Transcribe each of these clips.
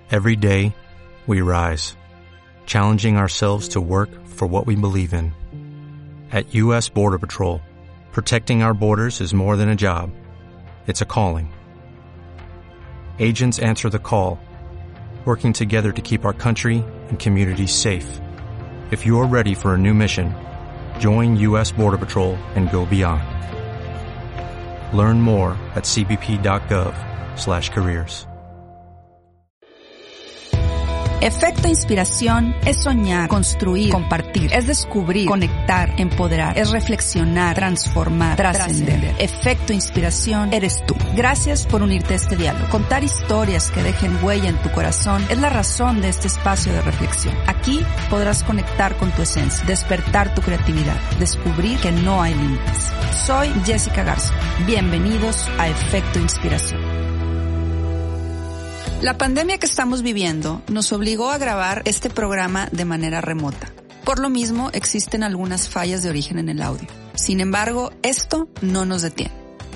Every day, we rise, challenging ourselves to work for what we believe in. At U.S. Border Patrol, protecting our borders is more than a job. It's a calling. Agents answer the call, working together to keep our country and communities safe. If you're ready for a new mission, join U.S. Border Patrol and go beyond. Learn more at cbp.gov/careers. Efecto Inspiración es soñar, construir, compartir, es descubrir, conectar, empoderar, es reflexionar, transformar, trascender. Efecto Inspiración eres tú. Gracias por unirte a este diálogo. Contar historias que dejen huella en tu corazón es la razón de este espacio de reflexión. Aquí podrás conectar con tu esencia, despertar tu creatividad, descubrir que no hay límites. Soy Jessica Garza. Bienvenidos a Efecto Inspiración. La pandemia que estamos viviendo nos obligó a grabar este programa de manera remota. Por lo mismo, existen algunas fallas de origen en el audio. Sin embargo, esto no nos detiene.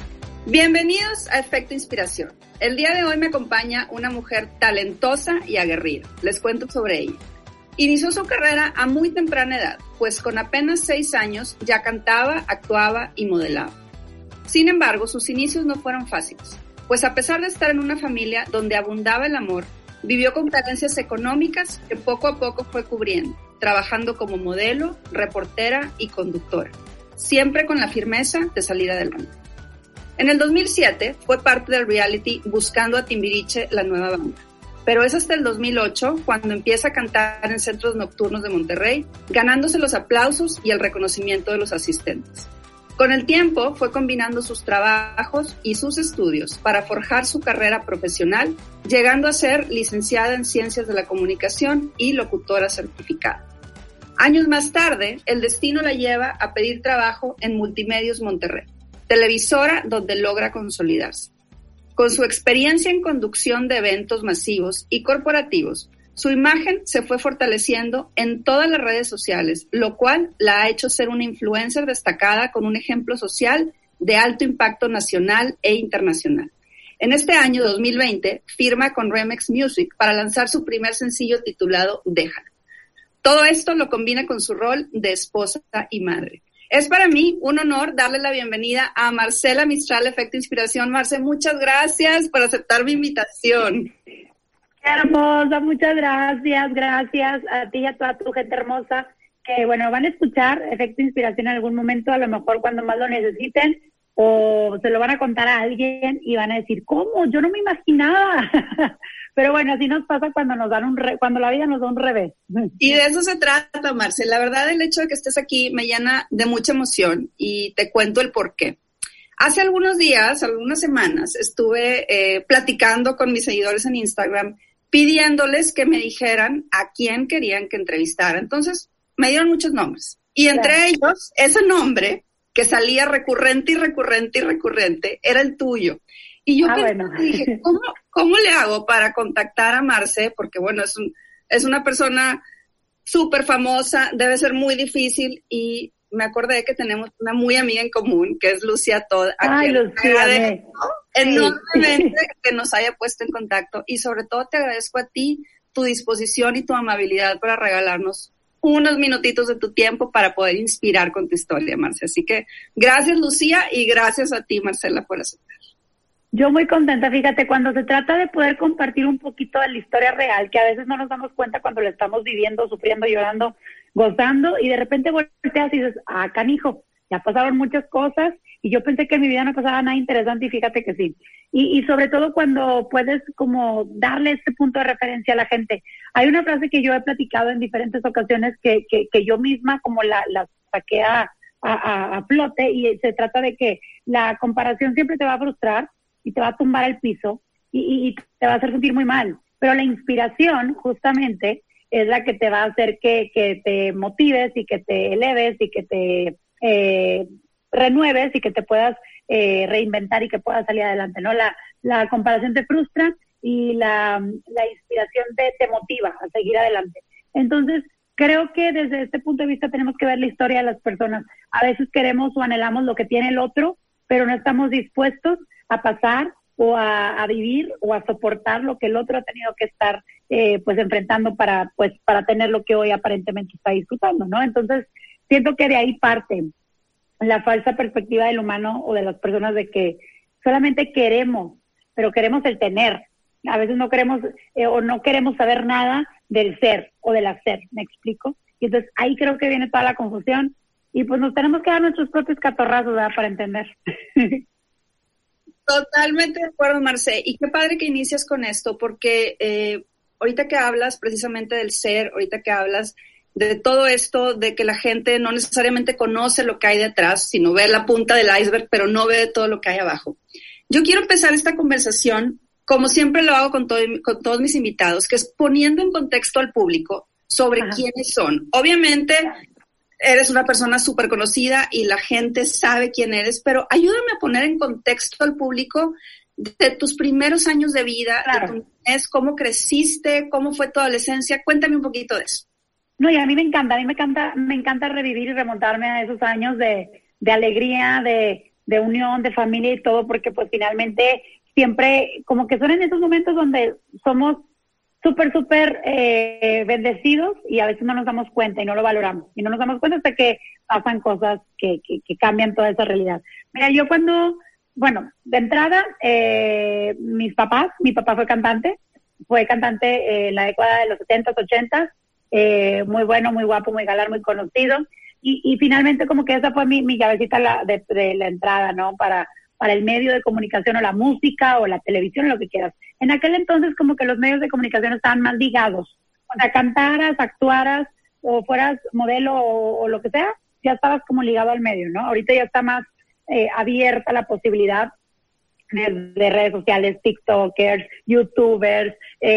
Bienvenidos a Efecto Inspiración. El día de hoy me acompaña una mujer talentosa y aguerrida. Les cuento sobre ella. Inició su carrera a muy temprana edad, pues con apenas 6 años ya cantaba, actuaba y modelaba. Sin embargo, sus inicios no fueron fáciles, pues a pesar de estar en una familia donde abundaba el amor, vivió con carencias económicas que poco a poco fue cubriendo, trabajando como modelo, reportera y conductora, siempre con la firmeza de salir adelante. En el 2007 fue parte del reality Buscando a Timbiriche, la nueva banda, pero es hasta el 2008 cuando empieza a cantar en centros nocturnos de Monterrey, ganándose los aplausos y el reconocimiento de los asistentes. Con el tiempo fue combinando sus trabajos y sus estudios para forjar su carrera profesional, llegando a ser licenciada en Ciencias de la Comunicación y locutora certificada. Años más tarde, el destino la lleva a pedir trabajo en Multimedios Monterrey, televisora donde logra consolidarse. Con su experiencia en conducción de eventos masivos y corporativos, su imagen se fue fortaleciendo en todas las redes sociales, lo cual la ha hecho ser una influencer destacada con un ejemplo social de alto impacto nacional e internacional. En este año 2020, firma con Remix Music para lanzar su primer sencillo titulado Déjalo. Todo esto lo combina con su rol de esposa y madre. Es para mí un honor darle la bienvenida a Marcela Mistral, Efecto Inspiración. Marce, muchas gracias por aceptar mi invitación. Qué hermosa, muchas gracias a ti y a toda tu gente hermosa que, bueno, van a escuchar Efecto Inspiración en algún momento, a lo mejor cuando más lo necesiten, o se lo van a contar a alguien y van a decir, ¿cómo? Yo no me imaginaba. Pero bueno, así nos pasa cuando nos dan cuando la vida nos da un revés. Y de eso se trata, Marce. La verdad, el hecho de que estés aquí me llena de mucha emoción y te cuento el por qué. Hace algunos días, algunas semanas, estuve platicando con mis seguidores en Instagram, pidiéndoles que me dijeran a quién querían que entrevistara. Entonces, me dieron muchos nombres. Y entre ellos, ese nombre que salía recurrente, era el tuyo. Y yo dije, ¿cómo le hago para contactar a Marce? Porque, bueno, es una persona súper famosa, debe ser muy difícil. Y me acordé que tenemos una muy amiga en común, que es Lucía Todd. Ay, Lucía. Enormemente que nos haya puesto en contacto y sobre todo te agradezco a ti tu disposición y tu amabilidad para regalarnos unos minutitos de tu tiempo para poder inspirar con tu historia, Marce. Así que gracias, Lucía, y gracias a ti, Marcela, por aceptar. Yo muy contenta, fíjate, cuando se trata de poder compartir un poquito de la historia real, que a veces no nos damos cuenta cuando la estamos viviendo, sufriendo, llorando, gozando, y de repente volteas y dices, canijo, ya pasaron muchas cosas, y yo pensé que en mi vida no pasaba nada interesante, y fíjate que sí. Y sobre todo cuando puedes como darle este punto de referencia a la gente. Hay una frase que yo he platicado en diferentes ocasiones que yo misma como la saqué a flote, y se trata de que la comparación siempre te va a frustrar y te va a tumbar al piso y te va a hacer sentir muy mal. Pero la inspiración justamente es la que te va a hacer que te motives y que te eleves y que te renueves y que te puedas reinventar y que puedas salir adelante, ¿no? La comparación te frustra y la inspiración te motiva a seguir adelante. Entonces, creo que desde este punto de vista tenemos que ver la historia de las personas. A veces queremos o anhelamos lo que tiene el otro, pero no estamos dispuestos a pasar o a vivir o a soportar lo que el otro ha tenido que estar pues enfrentando para tener lo que hoy aparentemente está disfrutando, ¿no? Entonces, siento que de ahí parte la falsa perspectiva del humano o de las personas de que solamente queremos, pero queremos el tener. A veces no queremos o no queremos saber nada del ser o del hacer, ¿me explico? Y entonces ahí creo que viene toda la confusión y pues nos tenemos que dar nuestros propios catorrazos, ¿verdad? Para entender. Totalmente de acuerdo, Marce. Y qué padre que inicias con esto, porque ahorita que hablas precisamente del ser, ahorita que hablas de todo esto, de que la gente no necesariamente conoce lo que hay detrás, sino ve la punta del iceberg, pero no ve todo lo que hay abajo. Yo quiero empezar esta conversación, como siempre lo hago con todos mis invitados, que es poniendo en contexto al público sobre quiénes son. Obviamente, eres una persona súper conocida y la gente sabe quién eres, pero ayúdame a poner en contexto al público de tus primeros años de vida, de tu niñez, cómo creciste, cómo fue tu adolescencia. Cuéntame un poquito de eso. No, y a mí me encanta revivir y remontarme a esos años de alegría, de unión, de familia y todo, porque pues finalmente siempre, como que son en esos momentos donde somos súper bendecidos y a veces no nos damos cuenta y no lo valoramos. Y no nos damos cuenta hasta que pasan cosas que cambian toda esa realidad. Mira, yo de entrada, mi papá fue cantante en la década de los 70s, 80s, muy bueno, muy guapo, muy galán, muy conocido. Y finalmente como que esa fue mi llavecita de la entrada, ¿no? Para el medio de comunicación o la música o la televisión o lo que quieras. En aquel entonces como que los medios de comunicación estaban más ligados. O sea, cantaras, actuaras o fueras modelo o lo que sea, ya estabas como ligado al medio, ¿no? Ahorita ya está más abierta la posibilidad de redes sociales, TikTokers, YouTubers,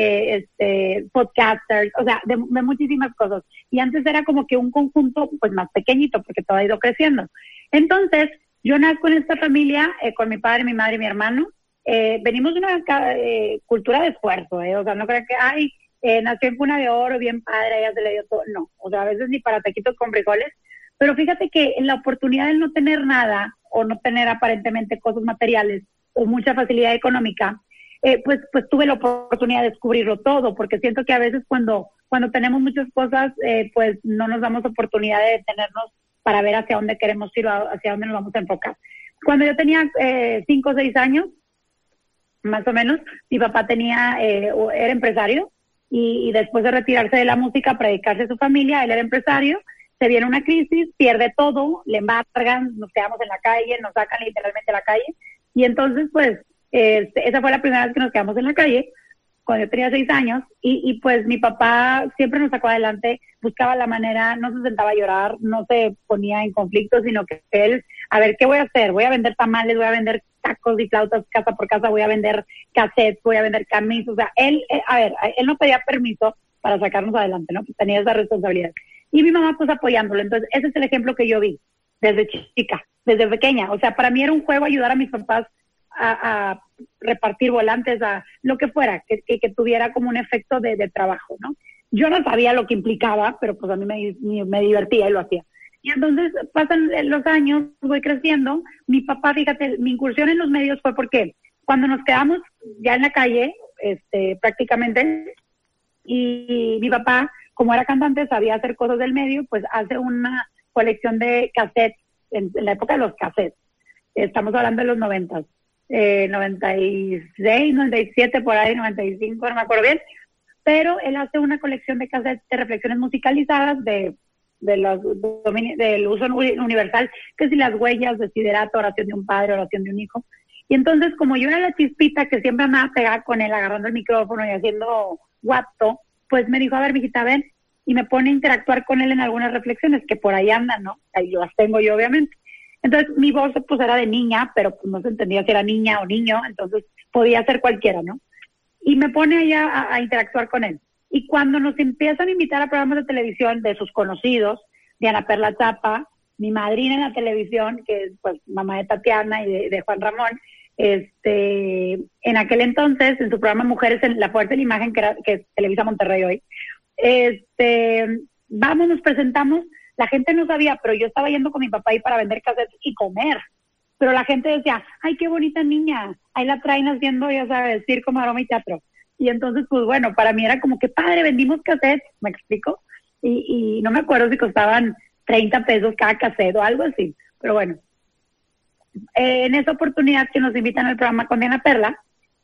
podcasters, o sea, de muchísimas cosas. Y antes era como que un conjunto pues más pequeñito porque todo ha ido creciendo. Entonces, yo nazco en esta familia con mi padre, mi madre y mi hermano. Venimos de una cultura de esfuerzo, o sea, no creo que, nació en cuna de oro, bien padre, ella se le dio todo. No, o sea, a veces ni para taquitos con frijoles. Pero fíjate que en la oportunidad de no tener nada o no tener aparentemente cosas materiales o mucha facilidad económica, pues tuve la oportunidad de descubrirlo todo, porque siento que a veces cuando tenemos muchas cosas, pues no nos damos oportunidad de detenernos para ver hacia dónde queremos ir o hacia dónde nos vamos a enfocar. Cuando yo tenía 5 o 6 años, más o menos, mi papá era empresario y después de retirarse de la música para dedicarse a su familia, él era empresario, se viene una crisis, pierde todo, le embargan, nos quedamos en la calle, nos sacan literalmente a la calle. Y entonces, pues, esa fue la primera vez que nos quedamos en la calle, cuando yo tenía 6 años, y pues mi papá siempre nos sacó adelante, buscaba la manera, no se sentaba a llorar, no se ponía en conflicto, sino que él, a ver, ¿qué voy a hacer? Voy a vender tamales, voy a vender tacos y flautas casa por casa, voy a vender cassettes, voy a vender camisas, o sea, él no pedía permiso para sacarnos adelante, ¿no? Pues tenía esa responsabilidad. Y mi mamá, pues, apoyándolo. Entonces, ese es el ejemplo que yo vi desde chica, desde pequeña. O sea, para mí era un juego ayudar a mis papás a repartir volantes, a lo que fuera, que tuviera como un efecto de trabajo, ¿no? Yo no sabía lo que implicaba, pero pues a mí me divertía y lo hacía. Y entonces pasan los años, voy creciendo. Mi papá, fíjate, mi incursión en los medios fue porque cuando nos quedamos ya en la calle, prácticamente, y mi papá, como era cantante, sabía hacer cosas del medio, pues hace una colección de cassettes, en la época de los cassettes. Estamos hablando de los 90, 96, 97, por ahí, 95, no me acuerdo bien. Pero él hace una colección de cassettes de reflexiones musicalizadas del uso universal, que si las huellas, desiderato, oración de un padre, oración de un hijo. Y entonces, como yo era la chispita que siempre andaba pegada con él, agarrando el micrófono y haciendo guato, pues me dijo, a ver, mijita, ven, y me pone a interactuar con él en algunas reflexiones, que por ahí andan, ¿no? Ahí las tengo yo, obviamente. Entonces, mi voz, pues, era de niña, pero pues no se entendía si era niña o niño, entonces podía ser cualquiera, ¿no? Y me pone allá a interactuar con él. Y cuando nos empiezan a invitar a programas de televisión de sus conocidos, de Ana Perla Chapa, mi madrina en la televisión, que es, pues, mamá de Tatiana y de Juan Ramón, en aquel entonces, en su programa Mujeres en la Fuerza de la Imagen, que es Televisa Monterrey hoy, nos presentamos, la gente no sabía, pero yo estaba yendo con mi papá ahí para vender cassettes y comer. pero la gente decía, ay, qué bonita niña, ahí la traen haciendo, ya sabes, circo, maroma y teatro. Y entonces, pues bueno, para mí era como que padre, vendimos cassettes, ¿me explico? Y no me acuerdo si costaban 30 pesos cada cassette o algo así, pero bueno. En esa oportunidad que nos invitan al programa con Diana Perla,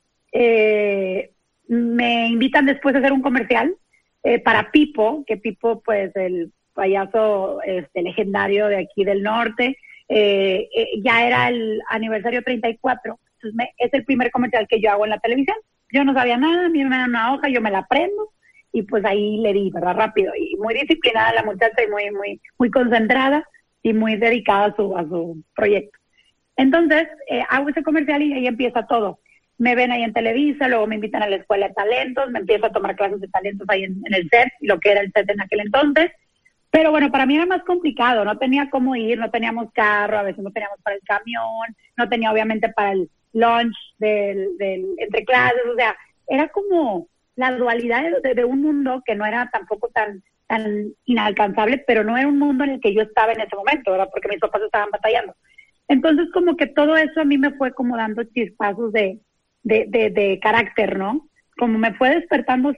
me invitan después a hacer un comercial para Pipo, que Pipo, pues el payaso legendario de aquí del norte, ya era el aniversario 34, entonces es el primer comercial que yo hago en la televisión. Yo no sabía nada, a mí me dan una hoja, yo me la aprendo y pues ahí le di, ¿verdad? Rápido, y muy disciplinada la muchacha y muy concentrada y muy dedicada a su proyecto. Entonces, hago ese comercial y ahí empieza todo. Me ven ahí en Televisa, luego me invitan a la Escuela de Talentos, me empiezo a tomar clases de talentos ahí en el set, lo que era el set en aquel entonces. Pero bueno, para mí era más complicado, no tenía cómo ir, no teníamos carro, a veces no teníamos para el camión, no tenía obviamente para el lunch del entre clases, o sea, era como la dualidad de un mundo que no era tampoco tan inalcanzable, pero no era un mundo en el que yo estaba en ese momento, ¿verdad? Porque mis papás estaban batallando. Entonces, como que todo eso a mí me fue como dando chispazos de carácter, ¿no? Como me fue despertando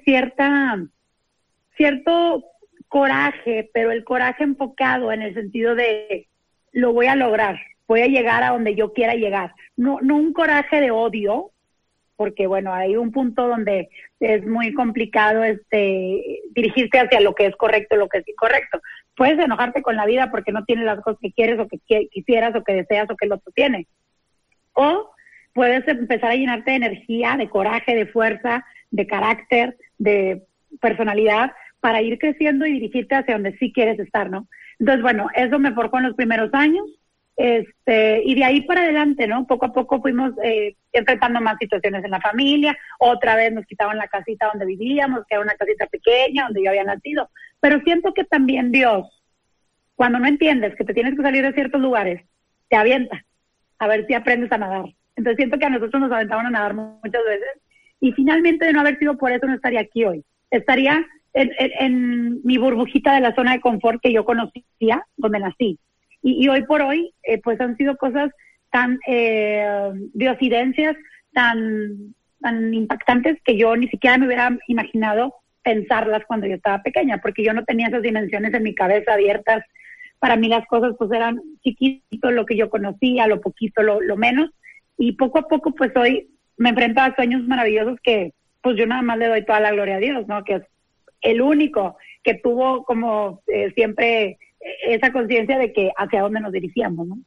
cierto coraje, pero el coraje enfocado en el sentido de lo voy a lograr, voy a llegar a donde yo quiera llegar. No un coraje de odio, porque bueno, hay un punto donde es muy complicado dirigirse hacia lo que es correcto y lo que es incorrecto. Puedes enojarte con la vida porque no tienes las cosas que quieres o que quisieras o que deseas o que el otro tiene. O puedes empezar a llenarte de energía, de coraje, de fuerza, de carácter, de personalidad para ir creciendo y dirigirte hacia donde sí quieres estar, ¿no? Entonces, bueno, eso me forjó en los primeros años. Y de ahí para adelante, ¿no? Poco a poco fuimos enfrentando más situaciones en la familia, otra vez nos quitaban la casita donde vivíamos, que era una casita pequeña donde yo había nacido, pero siento que también Dios, cuando no entiendes que te tienes que salir de ciertos lugares, te avienta, a ver si aprendes a nadar. Entonces siento que a nosotros nos aventaban a nadar muchas veces, y finalmente de no haber sido por eso no estaría aquí hoy, estaría en mi burbujita de la zona de confort que yo conocía, donde nací. Y hoy por hoy, pues han sido cosas tan diosidencias, tan impactantes que yo ni siquiera me hubiera imaginado pensarlas cuando yo estaba pequeña, porque yo no tenía esas dimensiones en mi cabeza abiertas. Para mí las cosas pues eran chiquito, lo que yo conocía, lo poquito, lo menos. Y poco a poco pues hoy me enfrento a sueños maravillosos que pues yo nada más le doy toda la gloria a Dios, ¿no? Que es el único que tuvo como siempre esa conciencia de que hacia dónde nos dirigíamos, ¿no?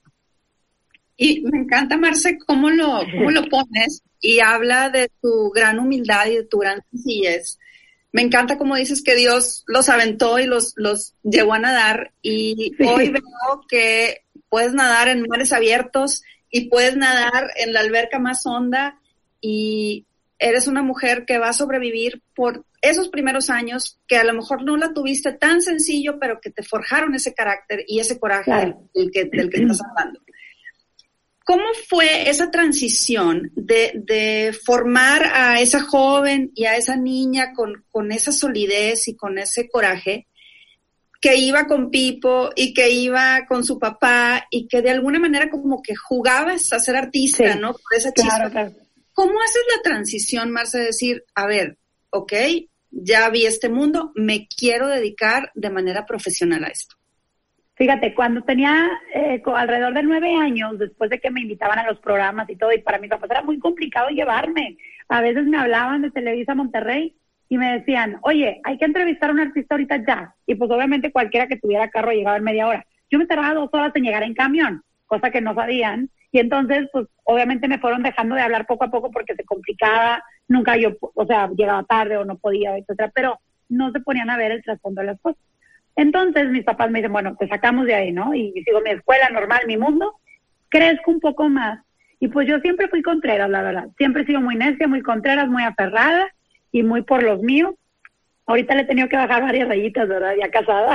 Y me encanta, Marce, cómo lo pones y habla de tu gran humildad y de tu gran sencillez. Me encanta cómo dices que Dios los aventó y los llevó a nadar y sí. Hoy veo que puedes nadar en mares abiertos y puedes nadar en la alberca más honda y eres una mujer que va a sobrevivir por esos primeros años que a lo mejor no la tuviste tan sencillo, pero que te forjaron ese carácter y ese coraje claro. del que estás hablando. ¿Cómo fue esa transición de formar a esa joven y a esa niña con esa solidez y con ese coraje que iba con Pipo y que iba con su papá y que de alguna manera como que jugabas a ser artista, sí, ¿no? Por esa chispa. Claro. ¿Cómo haces la transición, Marce, de decir, a ver, ok, ya vi este mundo, me quiero dedicar de manera profesional a esto? Fíjate, cuando tenía alrededor de 9 años, después de que me invitaban a los programas y todo, y para mis papás era muy complicado llevarme. A veces me hablaban de Televisa Monterrey y me decían, oye, hay que entrevistar a un artista ahorita ya. Y pues obviamente cualquiera que tuviera carro llegaba en media hora. Yo me tardaba 2 horas en llegar en camión, cosa que no sabían. Y entonces, pues obviamente me fueron dejando de hablar poco a poco porque se complicaba. Nunca yo, o sea, llegaba tarde o no podía, etcétera, pero no se ponían a ver el trasfondo de las cosas. Entonces mis papás me dicen, bueno, te sacamos de ahí, ¿no? Y sigo mi escuela normal, mi mundo, crezco un poco más. Y pues yo siempre fui contreras, la verdad. Siempre he sido muy necia, muy contreras, muy aferrada y muy por los míos. Ahorita le he tenido que bajar varias rayitas, ¿verdad? Ya casada.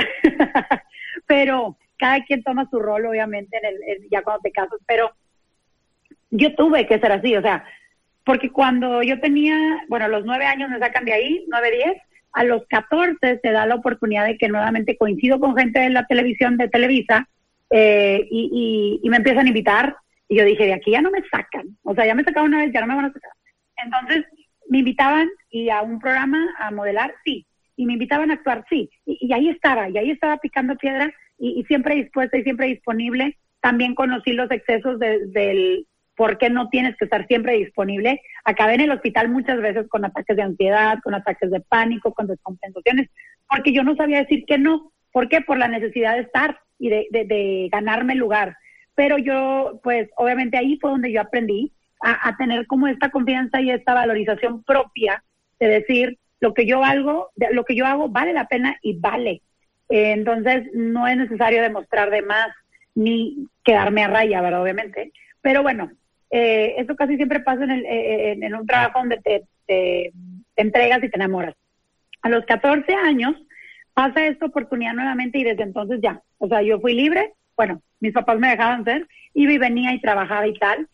Pero cada quien toma su rol, obviamente, ya cuando te casas. Pero yo tuve que ser así, o sea, porque cuando yo tenía, bueno, los 9 años me sacan de ahí, 9, 10, a los 14 se da la oportunidad de que nuevamente coincido con gente de la televisión de Televisa y me empiezan a invitar Y yo dije, de aquí ya no me sacan. O sea, ya me sacaron una vez, ya no me van a sacar. Entonces, me invitaban y a un programa a modelar, sí. Y me invitaban a actuar, sí. Y ahí estaba picando piedra y siempre dispuesta y siempre disponible. También conocí los excesos del por qué no tienes que estar siempre disponible. Acabé en el hospital muchas veces con ataques de ansiedad, con ataques de pánico, con descompensaciones, porque yo no sabía decir que no. ¿Por qué? Por la necesidad de estar y de ganarme el lugar. Pero yo, pues, obviamente ahí fue donde yo aprendí a tener como esta confianza y esta valorización propia de decir, lo que yo hago vale la pena y vale. Entonces, no es necesario demostrar de más ni quedarme a raya, ¿verdad? Obviamente. Pero bueno, eso casi siempre pasa en un trabajo donde te entregas y te enamoras. A los 14 años pasa esta oportunidad nuevamente y desde entonces ya. O sea, yo fui libre, bueno, mis papás me dejaban ser, iba y venía y trabajaba y tal.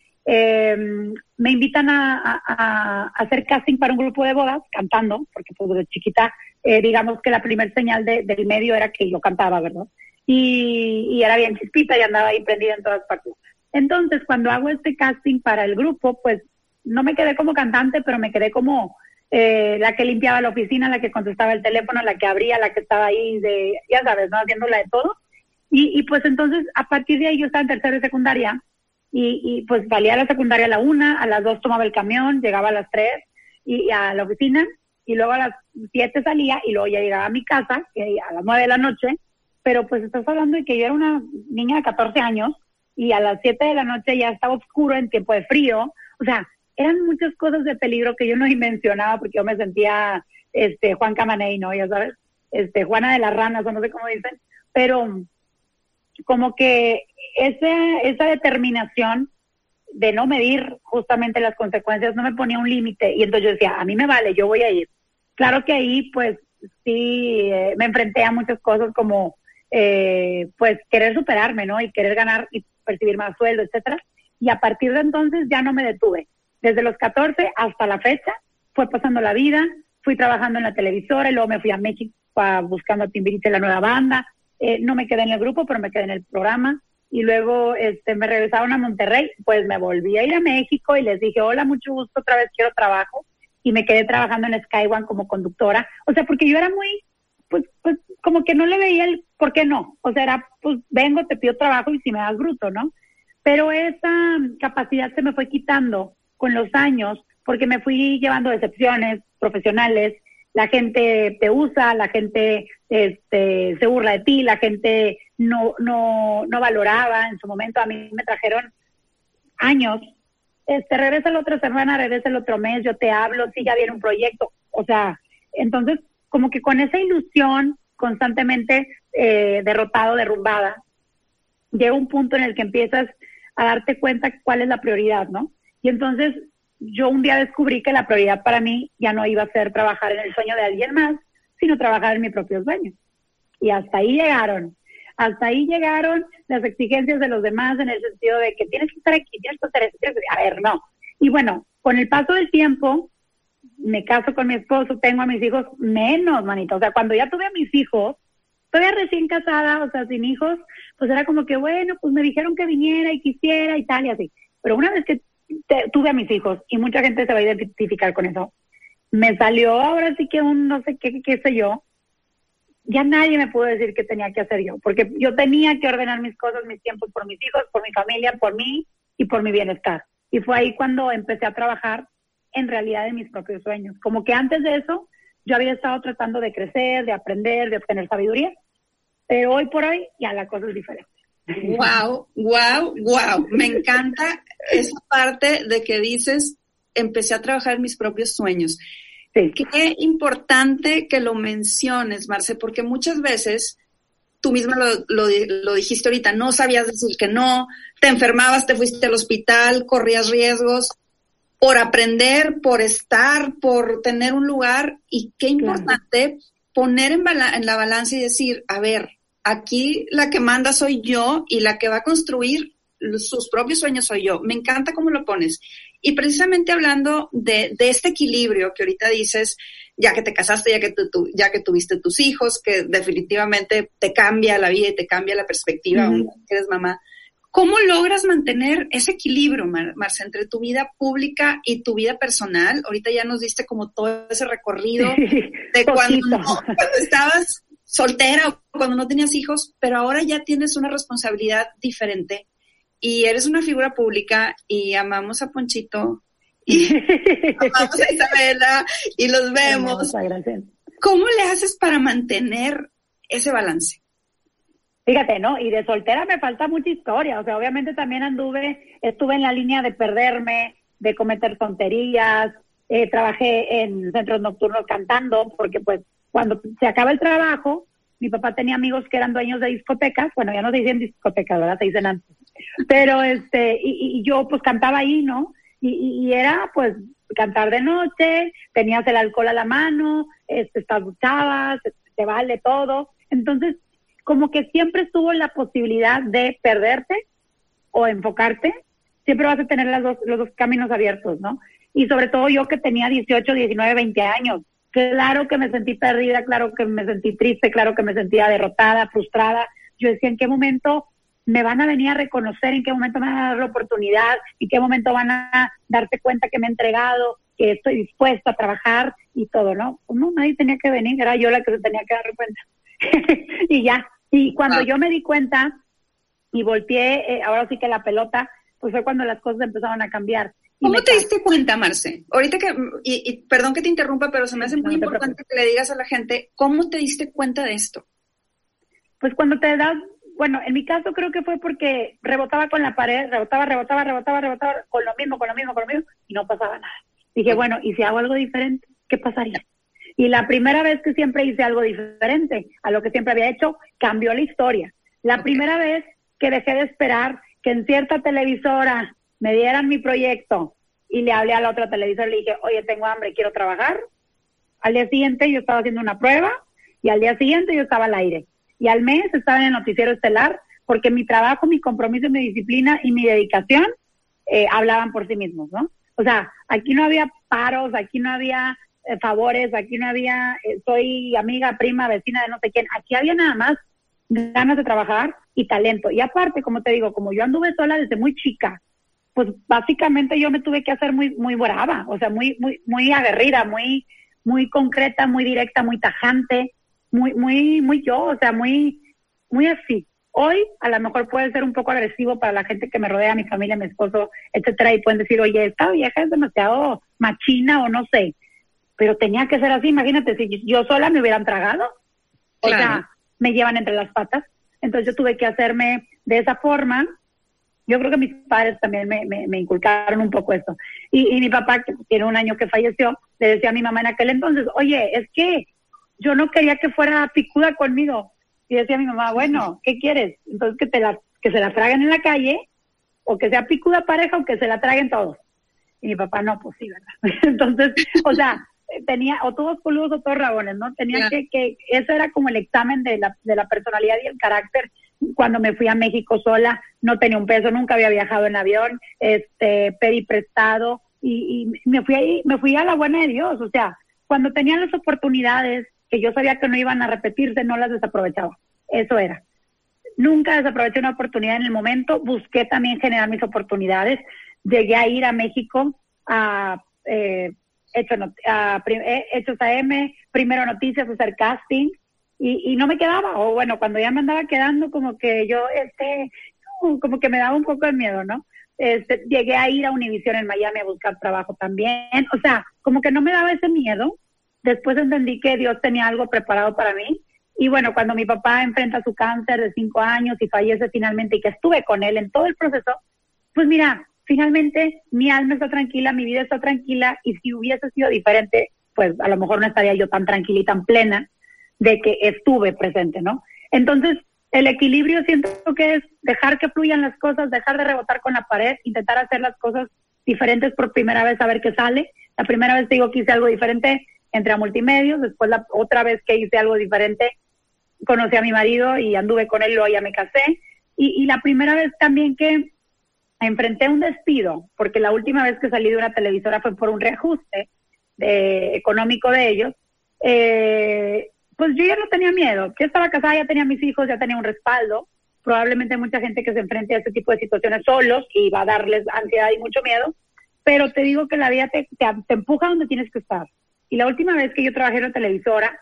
Me invitan a hacer casting para un grupo de bodas, cantando, porque pues de chiquita, digamos que la primer señal del medio era que yo cantaba, ¿verdad? Y era bien chispita y andaba ahí prendida en todas partes. Entonces, cuando hago este casting para el grupo, pues no me quedé como cantante, pero me quedé como la que limpiaba la oficina, la que contestaba el teléfono, la que abría, la que estaba ahí, ya sabes, ¿no? Haciéndola de todo. Y pues entonces, a partir de ahí yo estaba en tercero de secundaria y pues salía a la secundaria a la 1, a las 2 tomaba el camión, llegaba a las 3 y a la oficina y luego a las 7 salía y luego ya llegaba a mi casa, que a las 9 de la noche, pero pues estás hablando de que yo era una niña de 14 años y a las 7 de la noche ya estaba oscuro en tiempo de frío. O sea, eran muchas cosas de peligro que yo no dimensionaba porque yo me sentía Juan Camaney, ¿no? Ya sabes, Juana de las Ranas o no sé cómo dicen, pero como que esa determinación de no medir justamente las consecuencias no me ponía un límite y entonces yo decía, a mí me vale, yo voy a ir. Claro que ahí pues sí me enfrenté a muchas cosas como pues querer superarme, ¿no? Y querer ganar y percibir más sueldo, etcétera. Y a partir de entonces ya no me detuve. Desde los 14 hasta la fecha fue pasando la vida, fui trabajando en la televisora y luego me fui a México buscando a Timbiriche, la nueva banda. No me quedé en el grupo, pero me quedé en el programa. Y luego me regresaron a Monterrey, pues me volví a ir a México y les dije, hola, mucho gusto, otra vez quiero trabajo. Y me quedé trabajando en Sky One como conductora. O sea, porque yo era muy, pues como que no le veía el por qué no. O sea, era, pues vengo, te pido trabajo y si me das bruto, ¿no? Pero esa capacidad se me fue quitando con los años porque me fui llevando decepciones profesionales. La gente te usa, la gente se burla de ti, la gente no valoraba en su momento. A mí me trajeron años. Regresa la otra semana, regresa el otro mes, yo te hablo, sí, ya viene un proyecto. O sea, entonces, como que con esa ilusión constantemente derrotado, derrumbada, llega un punto en el que empiezas a darte cuenta cuál es la prioridad, ¿no? Y entonces yo un día descubrí que la prioridad para mí ya no iba a ser trabajar en el sueño de alguien más, sino trabajar en mi propio sueño. Y hasta ahí llegaron las exigencias de los demás en el sentido de que tienes que estar aquí, tienes que hacer esto, a ver, no. Y bueno, con el paso del tiempo, me caso con mi esposo, tengo a mis hijos, menos, manita. O sea, cuando ya tuve a mis hijos, todavía recién casada, o sea, sin hijos, pues era como que, bueno, pues me dijeron que viniera y quisiera y tal y así. Pero una vez que tuve a mis hijos, y mucha gente se va a identificar con eso, me salió ahora sí que un no sé qué sé yo, ya nadie me pudo decir qué tenía que hacer yo, porque yo tenía que ordenar mis cosas, mis tiempos por mis hijos, por mi familia, por mí y por mi bienestar. Y fue ahí cuando empecé a trabajar en realidad en mis propios sueños. Como que antes de eso, yo había estado tratando de crecer, de aprender, de obtener sabiduría, pero hoy por hoy ya la cosa es diferente. Wow. Me encanta esa parte de que dices, empecé a trabajar en mis propios sueños. Sí. Qué importante que lo menciones, Marce, porque muchas veces tú misma lo dijiste ahorita, no sabías decir que no, te enfermabas, te fuiste al hospital, corrías riesgos por aprender, por estar, por tener un lugar, y qué importante poner en la balanza y decir, a ver, aquí la que manda soy yo y la que va a construir sus propios sueños soy yo. Me encanta cómo lo pones. Y precisamente hablando de este equilibrio que ahorita dices, ya que te casaste, ya que tuviste tus hijos, que definitivamente te cambia la vida y te cambia la perspectiva, que eres mamá. ¿Cómo logras mantener ese equilibrio, Marce, entre tu vida pública y tu vida personal? Ahorita ya nos diste como todo ese recorrido de cuando estabas soltera o cuando no tenías hijos, pero ahora ya tienes una responsabilidad diferente y eres una figura pública y amamos a Ponchito y amamos a Isabela y los vemos. Gracias. ¿Cómo le haces para mantener ese balance? Fíjate, ¿no? Y de soltera me falta mucha historia. O sea, obviamente también estuve en la línea de perderme, de cometer tonterías. Trabajé en centros nocturnos cantando, porque pues cuando se acaba el trabajo, mi papá tenía amigos que eran dueños de discotecas. Bueno, ya no se dicen discotecas, ¿verdad? Se dicen antes. Pero y yo pues cantaba ahí, ¿no? Y era pues cantar de noche, tenías el alcohol a la mano, estás duchabas, te vale todo. Entonces, como que siempre estuvo la posibilidad de perderte o enfocarte, siempre vas a tener los dos caminos abiertos, ¿no? Y sobre todo yo que tenía 18, 19, 20 años, claro que me sentí perdida, claro que me sentí triste, claro que me sentía derrotada, frustrada. Yo decía, ¿en qué momento me van a venir a reconocer? ¿En qué momento me van a dar la oportunidad? ¿En qué momento van a darse cuenta que me he entregado, que estoy dispuesta a trabajar y todo, ¿no? No, nadie tenía que venir, era yo la que se tenía que dar cuenta. Y ya. Y cuando yo me di cuenta y volteé, ahora sí que la pelota, pues fue cuando las cosas empezaron a cambiar. ¿Cómo te diste cuenta, Marce? Ahorita y perdón que te interrumpa, pero se me hace muy importante que le digas a la gente, ¿cómo te diste cuenta de esto? Pues cuando te das, bueno, en mi caso creo que fue porque rebotaba con la pared, rebotaba, con lo mismo, y no pasaba nada. Dije, bueno, ¿y si hago algo diferente? ¿Qué pasaría? Y la primera vez que siempre hice algo diferente a lo que siempre había hecho, cambió la historia. La primera vez que dejé de esperar que en cierta televisora me dieran mi proyecto y le hablé a la otra televisora y le dije, oye, tengo hambre, quiero trabajar. Al día siguiente yo estaba haciendo una prueba y al día siguiente yo estaba al aire. Y al mes estaba en el noticiero estelar porque mi trabajo, mi compromiso, mi disciplina y mi dedicación hablaban por sí mismos, ¿no? O sea, aquí no había paros, aquí no había favores, aquí no había soy amiga, prima, vecina de no sé quién, aquí había nada más ganas de trabajar y talento. Y aparte, como te digo, como yo anduve sola desde muy chica, pues básicamente yo me tuve que hacer muy brava, o sea, muy aguerrida, muy concreta, muy directa, muy tajante, muy yo, o sea, muy así. Hoy a lo mejor puede ser un poco agresivo para la gente que me rodea, mi familia, mi esposo, etcétera, y pueden decir, oye, esta vieja es demasiado machina o no sé. Pero tenía que ser así, imagínate, si yo sola me hubieran tragado, o sea, me llevan entre las patas, entonces yo tuve que hacerme de esa forma. Yo creo que mis padres también me inculcaron un poco esto, y mi papá, que tiene un año que falleció, le decía a mi mamá en aquel entonces, oye, es que yo no quería que fuera picuda conmigo, y decía a mi mamá, bueno, ¿qué quieres? Entonces que se la traguen en la calle, o que sea picuda pareja, o que se la traguen todos. Y mi papá, no, pues sí, ¿verdad? Entonces, o sea, tenía o todos coludos o todos rabones, ¿no? Tenía que eso era como el examen de la personalidad y el carácter. Cuando me fui a México sola, no tenía un peso, nunca había viajado en avión, pedí prestado y me fui a la buena de Dios. O sea, cuando tenía las oportunidades que yo sabía que no iban a repetirse, no las desaprovechaba. Eso era. Nunca desaproveché una oportunidad en el momento, busqué también generar mis oportunidades. Llegué a ir a México a Hechos AM, Primero Noticias, hacer casting, y no me quedaba, o bueno, cuando ya me andaba quedando, como que yo, como que me daba un poco de miedo, ¿no? Llegué a ir a Univision en Miami a buscar trabajo también, o sea, como que no me daba ese miedo. Después entendí que Dios tenía algo preparado para mí, y bueno, cuando mi papá enfrenta su cáncer de 5 años y fallece finalmente, y que estuve con él en todo el proceso, pues mira, finalmente mi alma está tranquila, mi vida está tranquila, y si hubiese sido diferente, pues a lo mejor no estaría yo tan tranquila y tan plena de que estuve presente, ¿no? Entonces, el equilibrio siento que es dejar que fluyan las cosas, dejar de rebotar con la pared, intentar hacer las cosas diferentes por primera vez, a ver qué sale. La primera vez digo que hice algo diferente, entré a multimedios, después la otra vez que hice algo diferente, conocí a mi marido y anduve con él, luego ya me casé, y la primera vez también que enfrenté un despido, porque la última vez que salí de una televisora fue por un reajuste económico de ellos, pues yo ya no tenía miedo, yo estaba casada, ya tenía mis hijos, ya tenía un respaldo, probablemente hay mucha gente que se enfrente a este tipo de situaciones solos y va a darles ansiedad y mucho miedo, pero te digo que la vida te empuja donde tienes que estar. Y la última vez que yo trabajé en la televisora,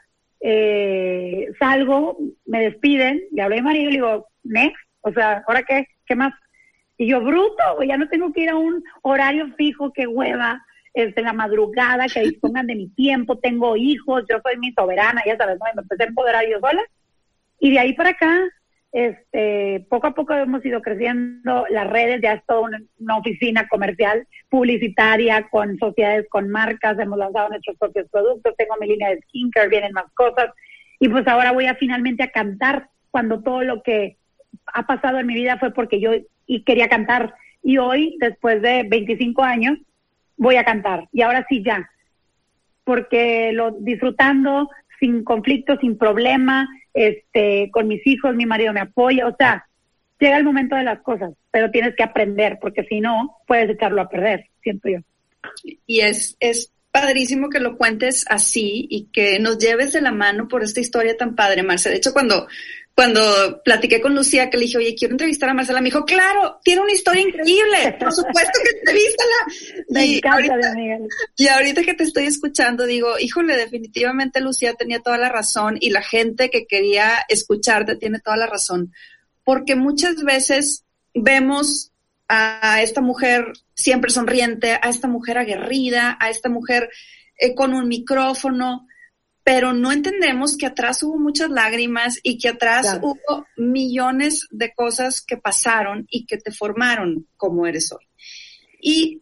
salgo, me despiden, le hablé a mi marido y le digo, next, o sea, ¿ahora qué más? Y yo, bruto, ya no tengo que ir a un horario fijo, qué hueva, en la madrugada, que dispongan de mi tiempo, tengo hijos, yo soy mi soberana, ya sabes, ¿no? Me empecé a empoderar yo sola, y de ahí para acá, poco a poco hemos ido creciendo las redes, ya es toda una oficina comercial, publicitaria, con sociedades, con marcas, hemos lanzado nuestros propios productos, tengo mi línea de skincare, vienen más cosas, y pues ahora voy a finalmente a cantar, cuando todo lo que ha pasado en mi vida fue porque yo quería cantar, y hoy, después de 25 años, voy a cantar, y ahora sí ya, porque disfrutando, sin conflicto, sin problema, con mis hijos, mi marido me apoya, o sea, llega el momento de las cosas, pero tienes que aprender, porque si no, puedes echarlo a perder, siento yo. Y es padrísimo que lo cuentes así y que nos lleves de la mano por esta historia tan padre, Marce. De hecho, cuando platiqué con Lucía, que le dije, oye, quiero entrevistar a Marcela, me dijo, claro, tiene una historia increíble, por supuesto que entrevístala. Me encanta, y ahorita que te estoy escuchando, digo, híjole, definitivamente Lucía tenía toda la razón y la gente que quería escucharte tiene toda la razón, porque muchas veces vemos a esta mujer siempre sonriente, a esta mujer aguerrida, a esta mujer con un micrófono, pero no entendemos que atrás hubo muchas lágrimas y que atrás hubo millones de cosas que pasaron y que te formaron como eres hoy. Y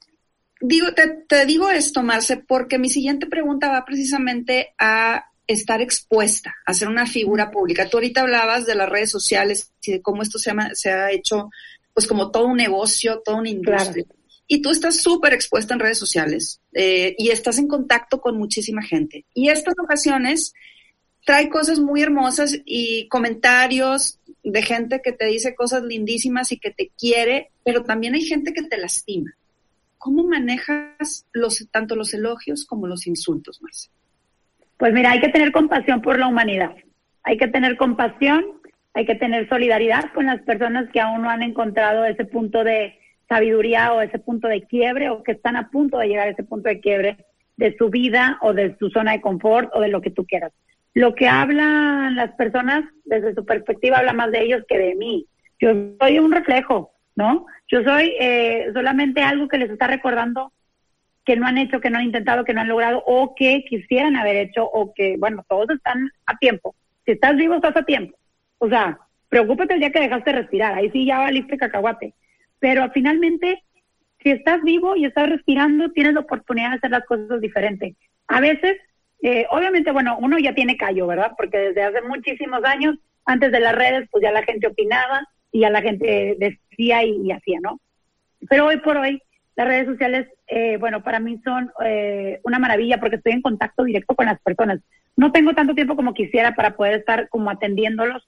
te digo esto, Marce, porque mi siguiente pregunta va precisamente a estar expuesta, a ser una figura pública. Tú ahorita hablabas de las redes sociales y de cómo esto se ha hecho pues como todo un negocio, toda una industria. Claro. Y tú estás súper expuesta en redes sociales y estás en contacto con muchísima gente. Y estas ocasiones trae cosas muy hermosas y comentarios de gente que te dice cosas lindísimas y que te quiere, pero también hay gente que te lastima. ¿Cómo manejas tanto los elogios como los insultos, Marce? Pues mira, hay que tener compasión por la humanidad. Hay que tener compasión, hay que tener solidaridad con las personas que aún no han encontrado ese punto de sabiduría o ese punto de quiebre o que están a punto de llegar a ese punto de quiebre de su vida o de su zona de confort o de lo que tú quieras. Lo que hablan las personas desde su perspectiva habla más de ellos que de mí. Yo soy un reflejo, ¿no? Yo soy solamente algo que les está recordando que no han hecho, que no han intentado, que no han logrado o que quisieran haber hecho o que, bueno, todos están a tiempo. Si estás vivo, estás a tiempo. O sea, preocúpate el día que dejaste respirar. Ahí sí ya valiste cacahuate. Pero finalmente, si estás vivo y estás respirando, tienes la oportunidad de hacer las cosas diferentes. A veces, obviamente, bueno, uno ya tiene callo, ¿verdad? Porque desde hace muchísimos años, antes de las redes, pues ya la gente opinaba y ya la gente decía y hacía, ¿no? Pero hoy por hoy, las redes sociales, bueno, para mí son una maravilla porque estoy en contacto directo con las personas. No tengo tanto tiempo como quisiera para poder estar como atendiéndolos.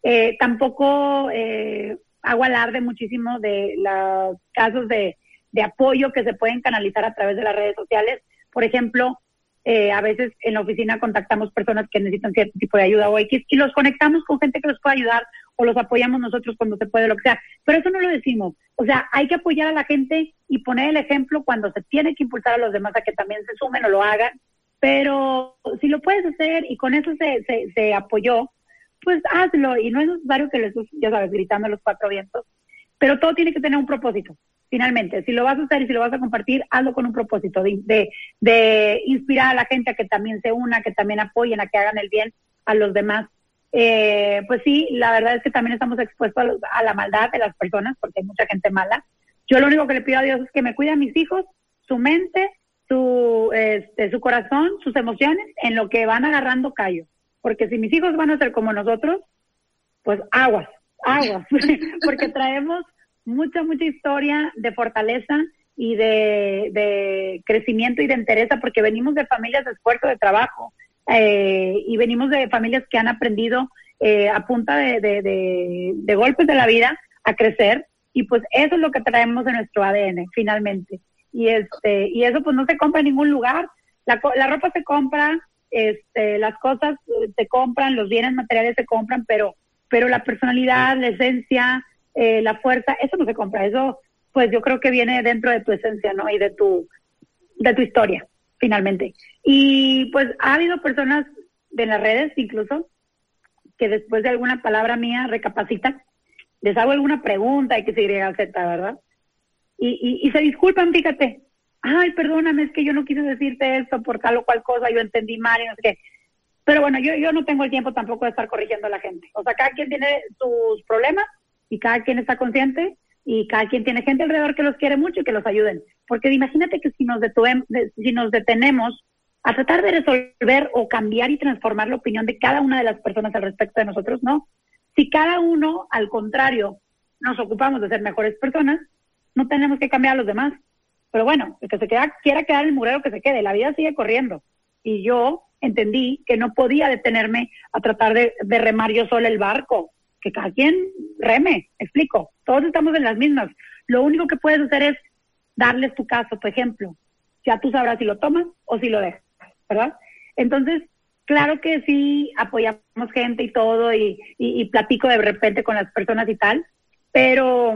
Tampoco hago alarde muchísimo de los casos de apoyo que se pueden canalizar a través de las redes sociales. Por ejemplo, a veces en la oficina contactamos personas que necesitan cierto tipo de ayuda o X y los conectamos con gente que los puede ayudar o los apoyamos nosotros cuando se puede, lo que sea. Pero eso no lo decimos. O sea, hay que apoyar a la gente y poner el ejemplo cuando se tiene que impulsar a los demás a que también se sumen o lo hagan. Pero si lo puedes hacer y con eso se apoyó, pues hazlo, y no es necesario que lo estés, ya sabes, gritando a los cuatro vientos, pero todo tiene que tener un propósito, finalmente. Si lo vas a hacer y si lo vas a compartir, hazlo con un propósito de inspirar a la gente a que también se una, que también apoyen, a que hagan el bien a los demás. Pues sí, la verdad es que también estamos expuestos a la maldad de las personas, porque hay mucha gente mala. Yo lo único que le pido a Dios es que me cuide a mis hijos, su mente, su corazón, sus emociones, en lo que van agarrando callo. Porque si mis hijos van a ser como nosotros, pues aguas, porque traemos mucha historia de fortaleza y de crecimiento y de entereza, porque venimos de familias de esfuerzo, de trabajo, y venimos de familias que han aprendido a punta de golpes de la vida a crecer, y pues eso es lo que traemos en nuestro ADN, finalmente. Y eso pues no se compra en ningún lugar, la ropa se compra, las cosas se compran, los bienes materiales se compran, pero pero la personalidad, la esencia, la fuerza, eso no se compra. Eso, pues yo creo que viene dentro de tu esencia, ¿no? Y de tu historia, finalmente. Y pues ha habido personas de las redes incluso que después de alguna palabra mía recapacitan, les hago alguna pregunta y que se Y, Z, ¿verdad? Y se disculpan, fíjate. Ay, perdóname, es que yo no quise decirte esto por tal o cual cosa, yo entendí mal y no sé qué. Pero bueno, yo no tengo el tiempo tampoco de estar corrigiendo a la gente. O sea, cada quien tiene sus problemas y cada quien está consciente y cada quien tiene gente alrededor que los quiere mucho y que los ayuden. Porque imagínate que si nos detenemos a tratar de resolver o cambiar y transformar la opinión de cada una de las personas al respecto de nosotros, no. Si cada uno, al contrario, nos ocupamos de ser mejores personas, no tenemos que cambiar a los demás. Pero bueno, el que quiera quedar en el murero, que se quede. La vida sigue corriendo. Y yo entendí que no podía detenerme a tratar de remar yo sola el barco. Que cada quien reme, explico. Todos estamos en las mismas. Lo único que puedes hacer es darles tu caso, tu ejemplo. Ya tú sabrás si lo tomas o si lo dejas, ¿verdad? Entonces, claro que sí apoyamos gente y todo y platico de repente con las personas y tal, pero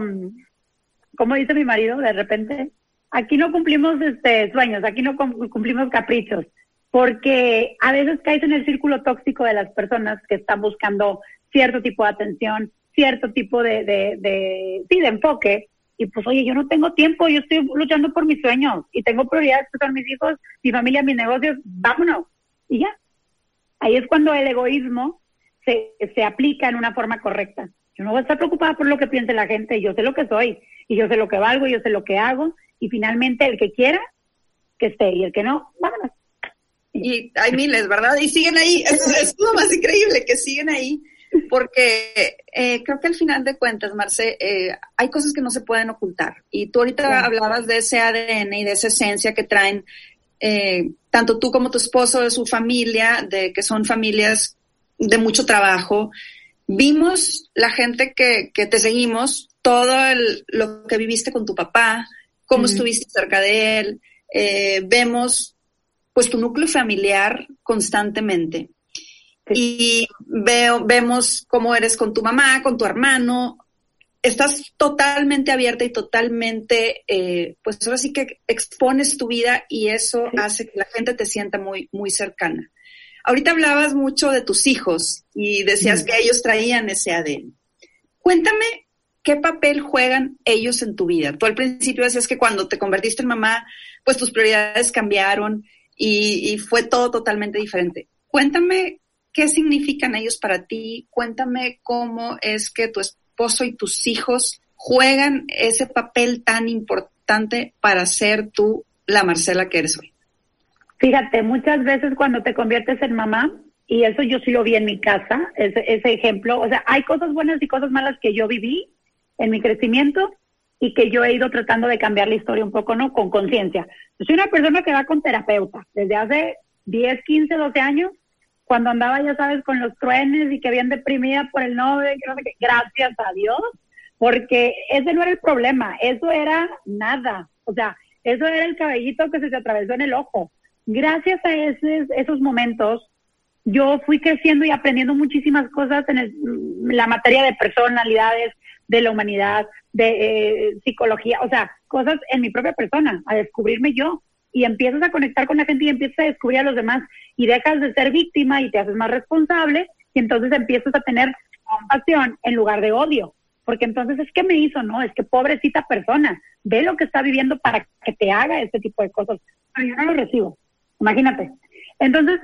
como dice mi marido, de repente, aquí no cumplimos sueños, aquí no cumplimos caprichos, porque a veces caes en el círculo tóxico de las personas que están buscando cierto tipo de atención, cierto tipo de enfoque, y pues oye, yo no tengo tiempo, yo estoy luchando por mis sueños, y tengo prioridades que son mis hijos, mi familia, mis negocios, vámonos, y ya. Ahí es cuando el egoísmo se aplica en una forma correcta. Yo no voy a estar preocupada por lo que piense la gente, yo sé lo que soy, y yo sé lo que valgo, y yo sé lo que hago, y finalmente el que quiera, que esté, y el que no, vámonos. Y hay miles, ¿verdad? Y siguen ahí, es lo más increíble, que siguen ahí, porque creo que al final de cuentas, Marce, hay cosas que no se pueden ocultar. Y tú ahorita hablabas de ese ADN y de esa esencia que traen tanto tú como tu esposo, de su familia, de que son familias de mucho trabajo. Vimos la gente que te seguimos, todo lo que viviste con tu papá, cómo estuviste cerca de él, vemos pues tu núcleo familiar constantemente. Y vemos cómo eres con tu mamá, con tu hermano. Estás totalmente abierta y totalmente, pues ahora sí que expones tu vida y eso hace que la gente te sienta muy, muy cercana. Ahorita hablabas mucho de tus hijos y decías que ellos traían ese ADN. Cuéntame qué papel juegan ellos en tu vida. Tú al principio decías que cuando te convertiste en mamá, pues tus prioridades cambiaron y fue todo totalmente diferente. Cuéntame qué significan ellos para ti. Cuéntame cómo es que tu esposo y tus hijos juegan ese papel tan importante para ser tú la Marcela que eres hoy. Fíjate, muchas veces cuando te conviertes en mamá, y eso yo sí lo vi en mi casa, ese ejemplo, o sea, hay cosas buenas y cosas malas que yo viví en mi crecimiento y que yo he ido tratando de cambiar la historia un poco, ¿no? Con conciencia. Yo soy una persona que va con terapeuta desde hace 10, 15, 12 años, cuando andaba, ya sabes, con los truenes y que bien deprimida por el novio, y que no sé qué, gracias a Dios, porque ese no era el problema, eso era nada, o sea, eso era el cabellito que se te atravesó en el ojo. Gracias a esos momentos, yo fui creciendo y aprendiendo muchísimas cosas en la materia de personalidades, de la humanidad, de psicología, o sea, cosas en mi propia persona, a descubrirme yo. Y empiezas a conectar con la gente y empiezas a descubrir a los demás y dejas de ser víctima y te haces más responsable y entonces empiezas a tener compasión en lugar de odio. Porque entonces es que me hizo, ¿no? Es que pobrecita persona, ve lo que está viviendo para que te haga este tipo de cosas. Pero yo no lo recibo, imagínate. Entonces,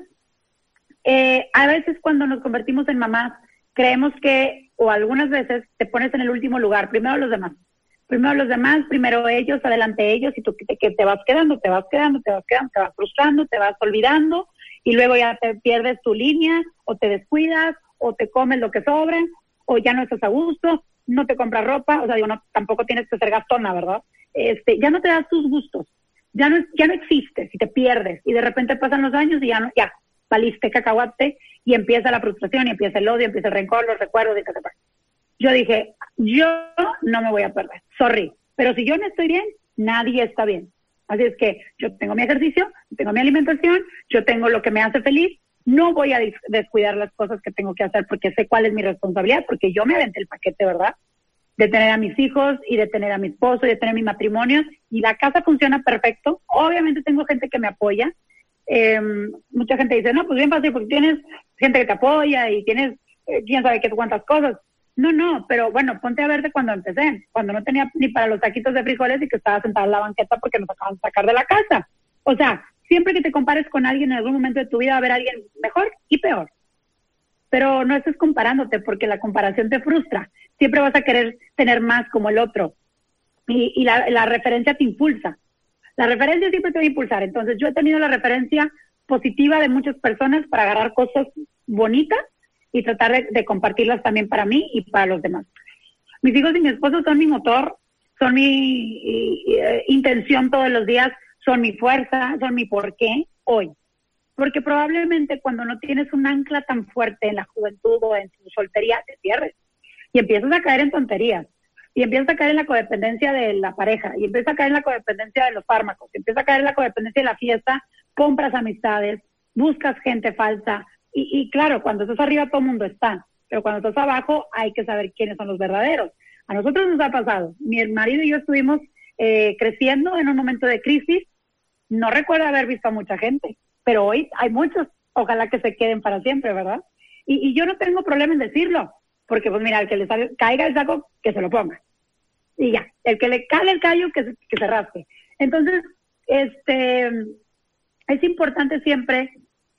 a veces cuando nos convertimos en mamás, creemos que, o algunas veces, te pones en el último lugar, primero los demás. Primero los demás, primero ellos, adelante ellos, y tú que te vas quedando, te vas frustrando, te vas olvidando, y luego ya te pierdes tu línea, o te descuidas, o te comes lo que sobra, o ya no estás a gusto, no te compras ropa, o sea, digo, no, tampoco tienes que ser gastona, ¿verdad? Ya no te das tus gustos, ya no existes, y te pierdes, y de repente pasan los años y ya valiste cacahuate, y empieza la frustración, y empieza el odio, empieza el rencor, los recuerdos, y etc. Yo dije, yo no me voy a perder, sorry, pero si yo no estoy bien, nadie está bien. Así es que yo tengo mi ejercicio, tengo mi alimentación, yo tengo lo que me hace feliz, no voy a descuidar las cosas que tengo que hacer porque sé cuál es mi responsabilidad, porque yo me aventé el paquete, ¿verdad? De tener a mis hijos y de tener a mi esposo y de tener mi matrimonio, y la casa funciona perfecto. Obviamente tengo gente que me apoya. Mucha gente dice, no, pues bien fácil porque tienes gente que te apoya y tienes quién sabe qué cuántas cosas. No, pero bueno, ponte a verte cuando empecé, cuando no tenía ni para los taquitos de frijoles y que estaba sentada en la banqueta porque nos acaban de sacar de la casa. O sea, siempre que te compares con alguien en algún momento de tu vida va a haber alguien mejor y peor. Pero no estés comparándote porque la comparación te frustra. Siempre vas a querer tener más como el otro. Y la referencia te impulsa. La referencia siempre te va a impulsar. Entonces yo he tenido la referencia positiva de muchas personas para agarrar cosas bonitas y tratar de compartirlas también para mí y para los demás. Mis hijos y mi esposo son mi motor, son mi intención todos los días, son mi fuerza, son mi porqué hoy. Porque probablemente cuando no tienes un ancla tan fuerte en la juventud o en tu soltería, te pierdes. Y empiezas a caer en tonterías. Y empiezas a caer en la codependencia de la pareja. Y empiezas a caer en la codependencia de los fármacos. Y empiezas a caer en la codependencia de la fiesta. Compras amistades. Buscas gente falsa. Y claro, cuando estás arriba todo el mundo está. Pero cuando estás abajo hay que saber quiénes son los verdaderos. A nosotros nos ha pasado. Mi marido y yo estuvimos creciendo en un momento de crisis. No recuerdo haber visto a mucha gente. Pero hoy hay muchos, ojalá que se queden para siempre, ¿verdad? Y yo no tengo problema en decirlo, porque pues mira, el que le caiga el saco, que se lo ponga. Y ya, el que le cale el callo, que se raspe. Entonces, es importante siempre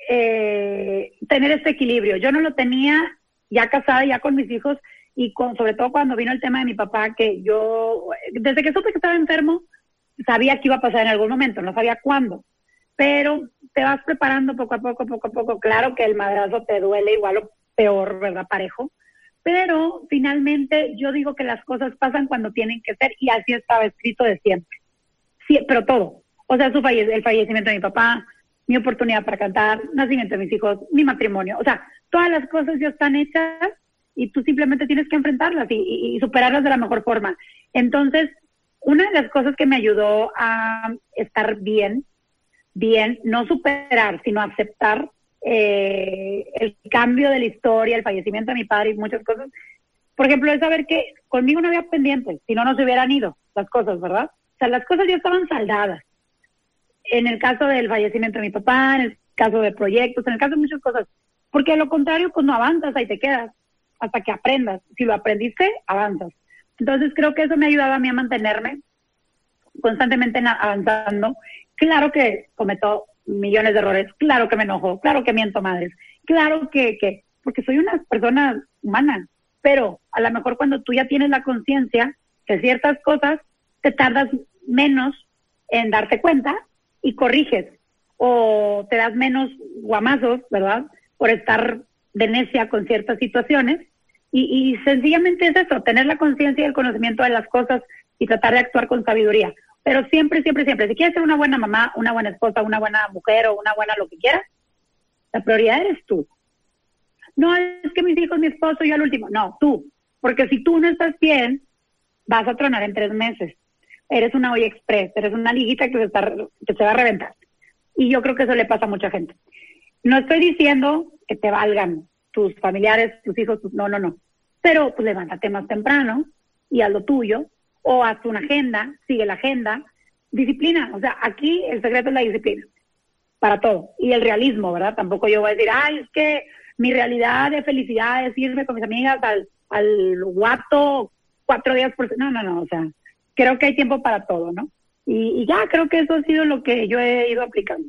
tener este equilibrio. Yo no lo tenía ya casada, ya con mis hijos, y sobre todo cuando vino el tema de mi papá, que yo, desde que supe que estaba enfermo, sabía que iba a pasar en algún momento, no sabía cuándo. Pero te vas preparando poco a poco. Claro que el madrazo te duele igual o peor, ¿verdad? Parejo. Pero finalmente yo digo que las cosas pasan cuando tienen que ser y así estaba escrito de siempre. Sí, pero todo. O sea, el fallecimiento de mi papá, mi oportunidad para cantar, nacimiento de mis hijos, mi matrimonio. O sea, todas las cosas ya están hechas y tú simplemente tienes que enfrentarlas y superarlas de la mejor forma. Entonces, una de las cosas que me ayudó a estar bien, no superar, sino aceptar el cambio de la historia, el fallecimiento de mi padre y muchas cosas. Por ejemplo, es saber que conmigo no había pendientes, si no, no se hubieran ido las cosas, ¿verdad? O sea, las cosas ya estaban saldadas. En el caso del fallecimiento de mi papá, en el caso de proyectos, en el caso de muchas cosas. Porque a lo contrario, pues no avanzas, ahí te quedas, hasta que aprendas. Si lo aprendiste, avanzas. Entonces creo que eso me ayudaba a mí a mantenerme constantemente avanzando. Claro que cometo millones de errores, claro que me enojo, claro que miento madres, claro que porque soy una persona humana, pero a lo mejor cuando tú ya tienes la conciencia de ciertas cosas, te tardas menos en darte cuenta y corriges, o te das menos guamazos, ¿verdad?, por estar de necia con ciertas situaciones, y sencillamente es eso, tener la conciencia y el conocimiento de las cosas y tratar de actuar con sabiduría. Pero siempre, si quieres ser una buena mamá, una buena esposa, una buena mujer o una buena lo que quieras, la prioridad eres tú. No es que mis hijos, mi esposo, yo al último. No, tú. Porque si tú no estás bien, vas a tronar en 3 meses. Eres una olla express, eres una liguita que se va a reventar. Y yo creo que eso le pasa a mucha gente. No estoy diciendo que te valgan tus familiares, tus hijos, no. Pero pues levántate más temprano y haz lo tuyo. O haz una agenda, sigue la agenda, disciplina, o sea, aquí el secreto es la disciplina, para todo, y el realismo, ¿verdad? Tampoco yo voy a decir, es que mi realidad de felicidad es irme con mis amigas al Guato 4 días por semana, no, o sea, creo que hay tiempo para todo, ¿no? Y ya, creo que eso ha sido lo que yo he ido aplicando.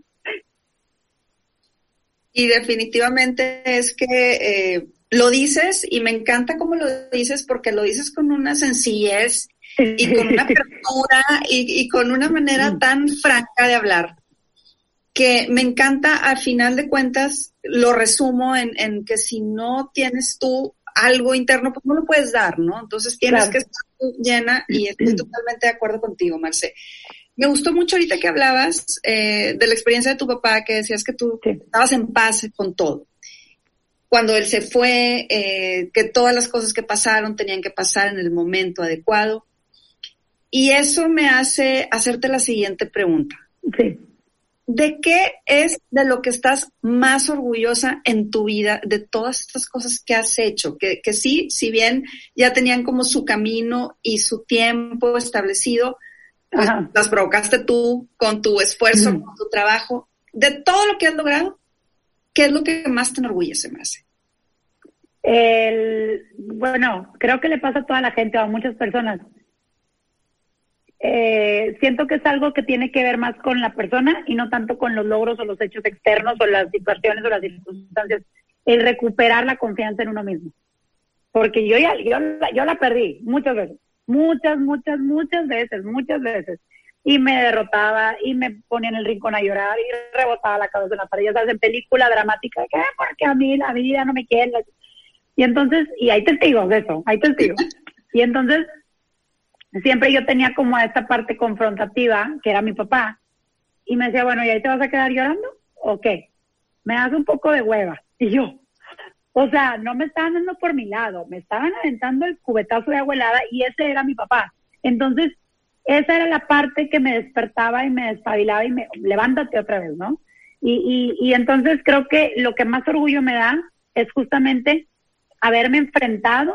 Y definitivamente es que lo dices, y me encanta cómo lo dices, porque lo dices con una sencillez y con una apertura y con una manera tan franca de hablar, que me encanta. Al final de cuentas lo resumo en que si no tienes tú algo interno, pues no lo puedes dar, ¿no? Entonces tienes que estar llena, y estoy totalmente de acuerdo contigo, Marce. Me gustó mucho ahorita que hablabas de la experiencia de tu papá, que decías que tú estabas en paz con todo. Cuando él se fue, que todas las cosas que pasaron tenían que pasar en el momento adecuado. Y eso me hace hacerte la siguiente pregunta. Sí. ¿de qué es de lo que estás más orgullosa en tu vida, de todas estas cosas que has hecho? Que sí, si bien ya tenían como su camino y su tiempo establecido, pues las provocaste tú con tu esfuerzo, con tu trabajo. De todo lo que has logrado, ¿qué es lo que más te enorgullece, Marce? Bueno, creo que le pasa a toda la gente o a muchas personas. Siento que es algo que tiene que ver más con la persona y no tanto con los logros o los hechos externos o las situaciones o las circunstancias. El recuperar la confianza en uno mismo. Porque yo la perdí muchas veces. Muchas veces. Y me derrotaba y me ponía en el rincón a llorar y rebotaba la cabeza en la pared. Ya sabes, en película dramática, ¿qué? Porque a mí la vida no me quiere. Y entonces, y hay testigos de eso, Y entonces, siempre yo tenía como esta parte confrontativa, que era mi papá, y me decía, bueno, ¿y ahí te vas a quedar llorando? ¿O qué? Me das un poco de hueva. Y yo, o sea, no me estaban dando por mi lado, me estaban aventando el cubetazo de agua helada y ese era mi papá. Entonces, esa era la parte que me despertaba y me despabilaba y me, levántate otra vez, ¿no? Y entonces creo que lo que más orgullo me da es justamente haberme enfrentado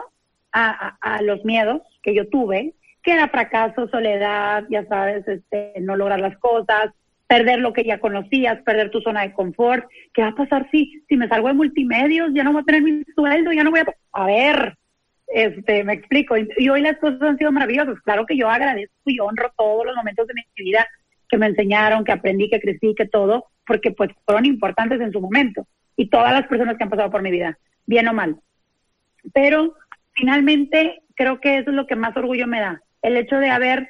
a los miedos que yo tuve, que era fracaso, soledad, ya sabes, no lograr las cosas, perder lo que ya conocías, perder tu zona de confort. ¿Qué va a pasar si me salgo de multimedios? Ya no voy a tener mi sueldo, ya no voy a ver, me explico. Y hoy las cosas han sido maravillosas. Claro que yo agradezco y honro todos los momentos de mi vida que me enseñaron, que aprendí, que crecí, que todo, porque pues fueron importantes en su momento. Y todas las personas que han pasado por mi vida, bien o mal. Pero finalmente creo que eso es lo que más orgullo me da. El hecho de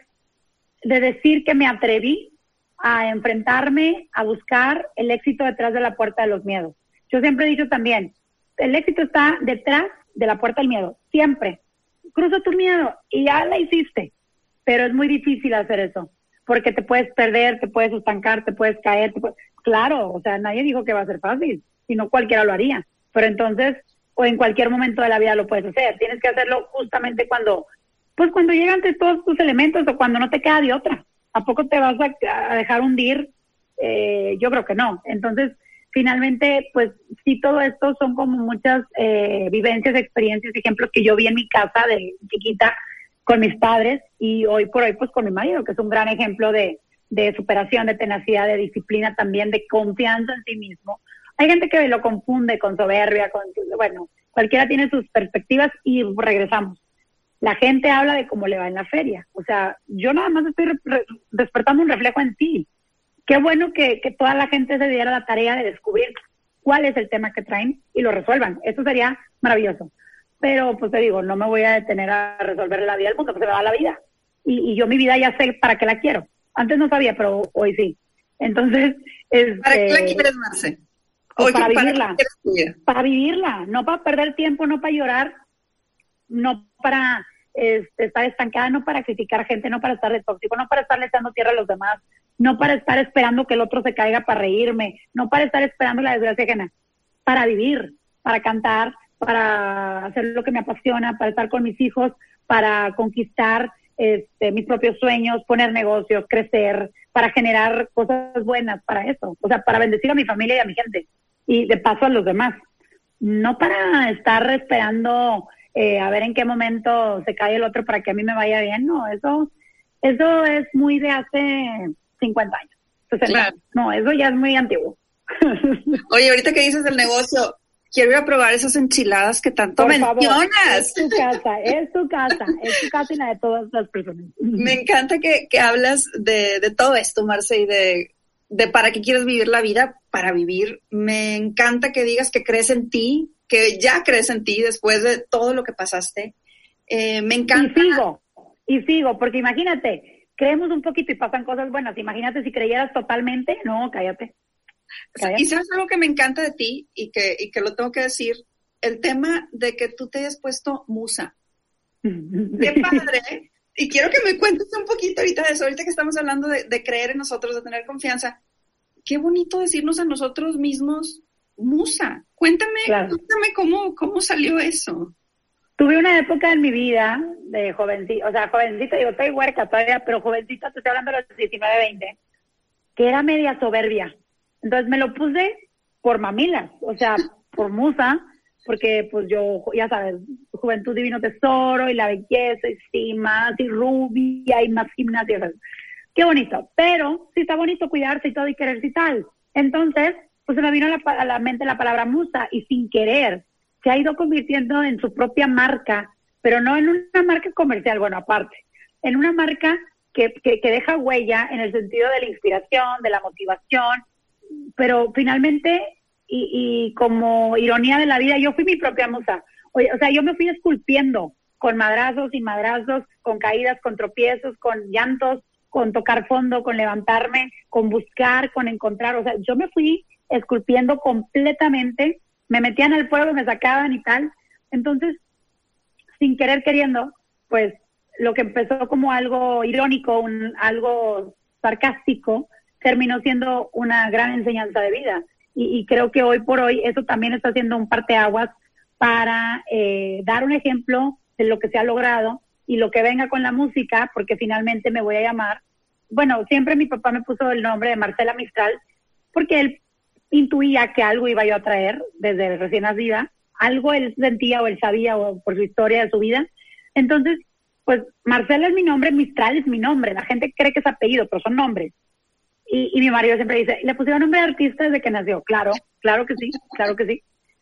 decir que me atreví a enfrentarme, a buscar el éxito detrás de la puerta de los miedos. Yo siempre he dicho también, el éxito está detrás de la puerta del miedo, siempre. Cruza tu miedo y ya la hiciste, pero es muy difícil hacer eso, porque te puedes perder, te puedes estancar, te puedes caer. Claro, o sea, nadie dijo que va a ser fácil, si no cualquiera lo haría, pero entonces, o en cualquier momento de la vida lo puedes hacer. Tienes que hacerlo justamente cuando llegan todos tus elementos o cuando no te queda de otra. ¿A poco te vas a dejar hundir? Yo creo que no. Entonces, finalmente, pues sí, todo esto son como muchas vivencias, experiencias, ejemplos que yo vi en mi casa de chiquita con mis padres y hoy por hoy pues con mi marido, que es un gran ejemplo de superación, de tenacidad, de disciplina también, de confianza en sí mismo. Hay gente que lo confunde con soberbia, bueno, cualquiera tiene sus perspectivas y regresamos. La gente habla de cómo le va en la feria. O sea, yo nada más estoy despertando un reflejo en ti. Qué bueno que toda la gente se diera la tarea de descubrir cuál es el tema que traen y lo resuelvan. Eso sería maravilloso. Pero, pues te digo, no me voy a detener a resolver la vida del mundo, pues se me va la vida. Y yo mi vida ya sé para qué la quiero. Antes no sabía, pero hoy sí. Entonces, ¿para qué la quieres, Marce? Pues para vivirla. Para vivirla. No para perder tiempo, no para llorar, no para estar estancada, no para criticar gente, no para estar de tóxico, no para estarle echando tierra a los demás, no para estar esperando que el otro se caiga para reírme, no para estar esperando la desgracia ajena, para vivir, para cantar, para hacer lo que me apasiona, para estar con mis hijos, para conquistar mis propios sueños, poner negocios, crecer, para generar cosas buenas para eso, o sea, para bendecir a mi familia y a mi gente, y de paso a los demás, no para estar esperando a ver en qué momento se cae el otro para que a mí me vaya bien. No, eso es muy de hace 50 años, 60 claro. años. No, eso ya es muy antiguo. Oye, ahorita que dices del negocio, quiero ir a probar esas enchiladas que tanto Por mencionas. Favor, es tu casa y la de todas las personas. Me encanta que hablas de todo esto, Marce, y de para qué quieres vivir la vida, para vivir. Me encanta que digas que crees en ti, que ya crees en ti después de todo lo que pasaste. Me encanta. Y sigo, porque imagínate, creemos un poquito y pasan cosas buenas. Imagínate si creyeras totalmente. No, cállate. Y sabes algo que me encanta de ti y que lo tengo que decir, el tema de que tú te hayas puesto musa. Qué padre. Y quiero que me cuentes un poquito ahorita de eso, ahorita que estamos hablando de creer en nosotros, de tener confianza. Qué bonito decirnos a nosotros mismos musa. Cuéntame cómo salió eso. Tuve una época en mi vida de jovencita, digo, estoy huerca todavía, pero jovencita, te estoy hablando de los 19, 20, que era media soberbia. Entonces me lo puse por mamilas, o sea, por musa, porque pues yo, ya sabes, juventud divino tesoro y la belleza y sí, más y rubia y más gimnasia, ¿sabes? Qué bonito, pero sí está bonito cuidarse y todo y quererse y tal. Entonces, pues se me vino a la mente la palabra musa y sin querer se ha ido convirtiendo en su propia marca, pero no en una marca comercial, bueno, aparte, en una marca que deja huella en el sentido de la inspiración, de la motivación, pero finalmente, y como ironía de la vida, yo fui mi propia musa. O sea, yo me fui esculpiendo con madrazos y madrazos, con caídas, con tropiezos, con llantos, con tocar fondo, con levantarme, con buscar, con encontrar. O sea, yo me fui esculpiendo completamente, me metían al fuego, me sacaban y tal. Entonces, sin querer queriendo, pues lo que empezó como algo irónico, algo sarcástico, terminó siendo una gran enseñanza de vida. Y creo que hoy por hoy eso también está siendo un parteaguas para dar un ejemplo de lo que se ha logrado y lo que venga con la música, porque finalmente me voy a llamar, bueno, siempre mi papá me puso el nombre de Marcela Mistral, porque él intuía que algo iba yo a traer desde recién nacida, algo él sentía o él sabía o por su historia de su vida. Entonces, pues Marcela es mi nombre, Mistral es mi nombre, la gente cree que es apellido, pero son nombres. Y mi marido siempre dice, ¿le pusieron nombre de artista desde que nació? Claro que sí, claro que sí.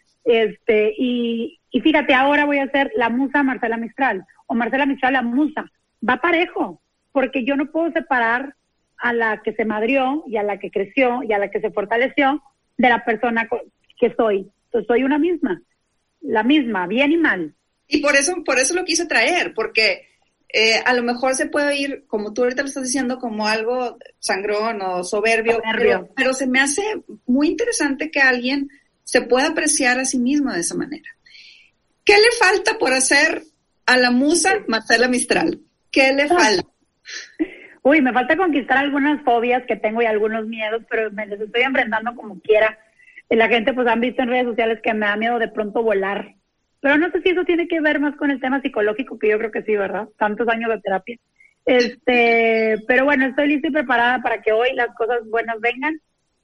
Y fíjate, ahora voy a hacer la musa Marcela Mistral, o Marcela Mistral la musa. Va parejo, porque yo no puedo separar a la que se madrió y a la que creció y a la que se fortaleció de la persona que soy. Entonces soy una misma, la misma, bien y mal. Y por eso lo quise traer, porque a lo mejor se puede oír, como tú ahorita lo estás diciendo, como algo sangrón o soberbio. Pero se me hace muy interesante que alguien se pueda apreciar a sí mismo de esa manera. ¿Qué le falta por hacer a la musa Marcela Mistral? ¿Qué le falta? Uy, me falta conquistar algunas fobias que tengo y algunos miedos, pero me les estoy enfrentando como quiera. La gente pues han visto en redes sociales que me da miedo de pronto volar. Pero no sé si eso tiene que ver más con el tema psicológico, que yo creo que sí, ¿verdad? Tantos años de terapia. Pero bueno, estoy lista y preparada para que hoy las cosas buenas vengan.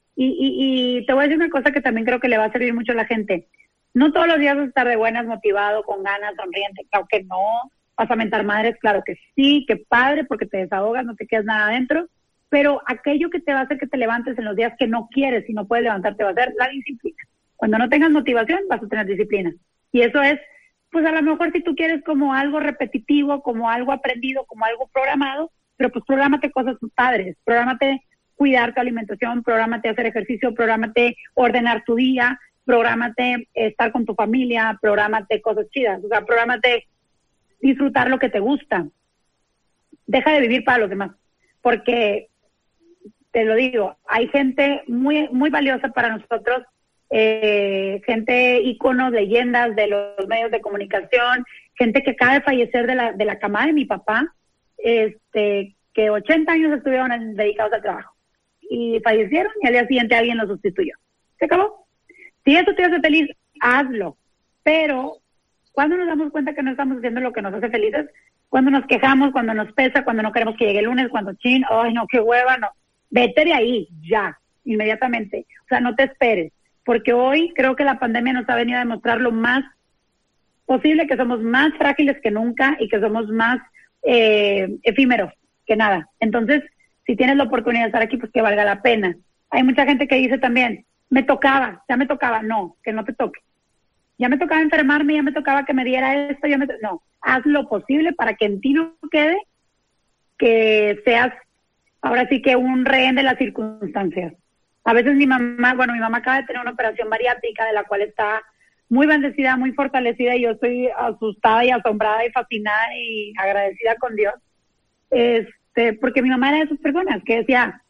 Y te voy a decir una cosa que también creo que le va a servir mucho a la gente. No todos los días vas a estar de buenas, motivado, con ganas, sonriente. Claro que no. Vas a mentar madres, claro que sí, que padre, porque te desahogas, no te quedas nada adentro. Pero aquello que te va a hacer que te levantes en los días que no quieres y no puedes levantarte va a ser la disciplina. Cuando no tengas motivación, vas a tener disciplina. Y eso es, pues a lo mejor si tú quieres como algo repetitivo, como algo aprendido, como algo programado, pero pues prográmate cosas padres, prográmate cuidar tu alimentación, prográmate hacer ejercicio, prográmate ordenar tu día, prográmate estar con tu familia, prográmate cosas chidas, o sea, prográmate disfrutar lo que te gusta. Deja de vivir para los demás, porque te lo digo, hay gente muy, muy valiosa para nosotros, gente íconos, leyendas de los medios de comunicación, gente que acaba de fallecer de la camada de mi papá, que 80 años estuvieron dedicados al trabajo y fallecieron y al día siguiente alguien los sustituyó. ¿Se acabó? Si eso te hace feliz, hazlo. Pero cuando nos damos cuenta que no estamos haciendo lo que nos hace felices, cuando nos quejamos, cuando nos pesa, cuando no queremos que llegue el lunes, cuando ay no, qué hueva, no. Vete de ahí, ya, inmediatamente. O sea, no te esperes. Porque hoy creo que la pandemia nos ha venido a demostrar lo más posible, que somos más frágiles que nunca y que somos más efímeros que nada. Entonces, si tienes la oportunidad de estar aquí, pues que valga la pena. Hay mucha gente que dice también, ya me tocaba. No, que no te toque. Ya me tocaba enfermarme, ya me tocaba que me diera esto, no. Haz lo posible para que en ti no quede que seas, ahora sí que un rehén de las circunstancias. A veces mi mamá acaba de tener una operación bariátrica de la cual está muy bendecida, muy fortalecida, y yo estoy asustada y asombrada y fascinada y agradecida con Dios. Porque mi mamá era de esas personas que decía,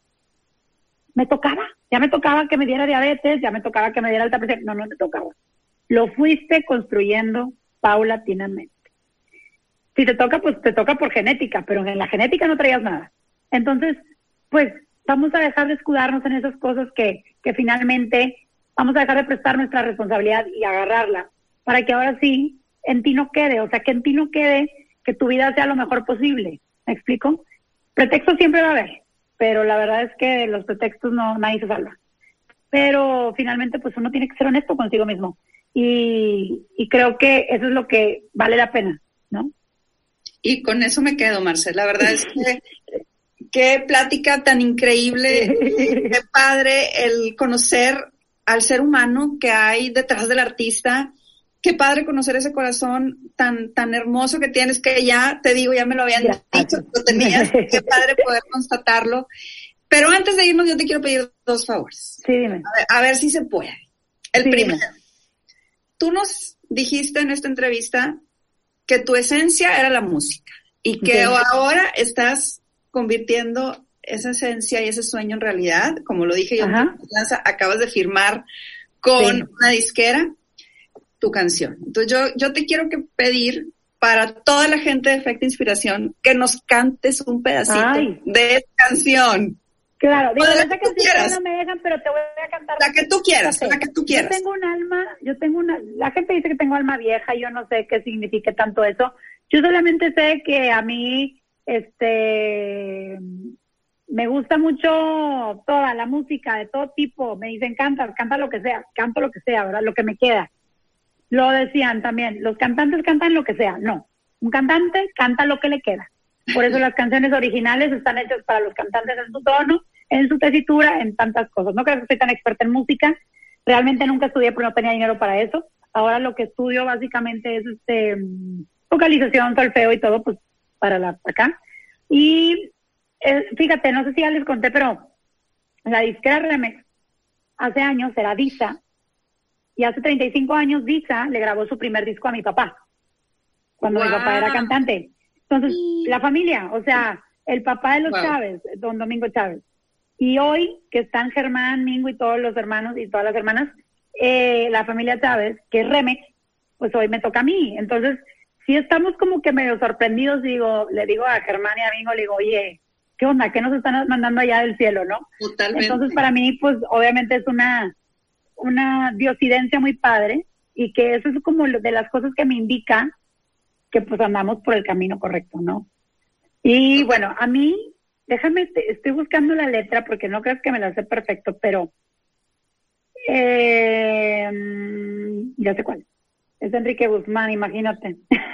ya me tocaba que me diera diabetes, ya me tocaba que me diera alta presión. No te tocaba. Lo fuiste construyendo paulatinamente. Si te toca, pues te toca por genética, pero en la genética no traías nada. Entonces, pues vamos a dejar de escudarnos en esas cosas que finalmente vamos a dejar de prestar nuestra responsabilidad y agarrarla para que ahora sí en ti no quede, o sea, que en ti no quede que tu vida sea lo mejor posible. ¿Me explico? Pretexto siempre va a haber, pero la verdad es que los pretextos nadie se salva. Pero finalmente pues uno tiene que ser honesto consigo mismo y creo que eso es lo que vale la pena, ¿no? Y con eso me quedo, Marce. La verdad es que qué plática tan increíble, qué padre el conocer al ser humano que hay detrás del artista. Qué padre conocer ese corazón tan hermoso que tienes, que ya te digo, ya me lo habían dicho, lo tenías. Qué padre poder constatarlo. Pero antes de irnos, yo te quiero pedir 2 favores. Sí, dime. A ver si se puede. El primero. Dime. Tú nos dijiste en esta entrevista que tu esencia era la música y que ahora estás convirtiendo esa esencia y ese sueño en realidad. Como lo dije yo, acabas de firmar con una disquera tu canción. Entonces yo te quiero pedir para toda la gente de Efecto Inspiración que nos cantes un pedacito de esa canción. Claro, digo, esa canción no me dejan, pero te voy a cantar. La que tú quieras, la que tú quieras. La gente dice que tengo alma vieja, yo no sé qué significa tanto eso. Yo solamente sé que a mí, me gusta mucho toda la música de todo tipo. Me dicen canta lo que sea, canto lo que sea, ¿verdad? Lo que me queda. Lo decían también, los cantantes cantan lo que sea. No, un cantante canta lo que le queda. Por eso las canciones originales están hechas para los cantantes en su tono, en su tesitura, en tantas cosas. No creo que soy tan experta en música. Realmente nunca estudié porque no tenía dinero para eso. Ahora lo que estudio básicamente es vocalización, solfeo y todo, pues para acá. Y fíjate, no sé si ya les conté, pero la disquera Remix hace años era Disa. Y hace 35 años Disa le grabó su primer disco a mi papá, cuando mi papá era cantante. Entonces, la familia, o sea, el papá de los Chávez, don Domingo Chávez. Y hoy, que están Germán, Mingo y todos los hermanos y todas las hermanas, la familia Chávez, que es Remix, pues hoy me toca a mí. Entonces, sí estamos como que medio sorprendidos, le digo a Germán y a Mingo, le digo, oye, ¿qué onda? ¿Qué nos están mandando allá del cielo, no? Totalmente. Entonces, para mí, pues, obviamente es una diosidencia muy padre, y que eso es como de las cosas que me indica que pues andamos por el camino correcto, ¿no? Y bueno, a mí, estoy buscando la letra porque no crees que me la sé perfecto, pero ya sé cuál. Es Enrique Guzmán, imagínate.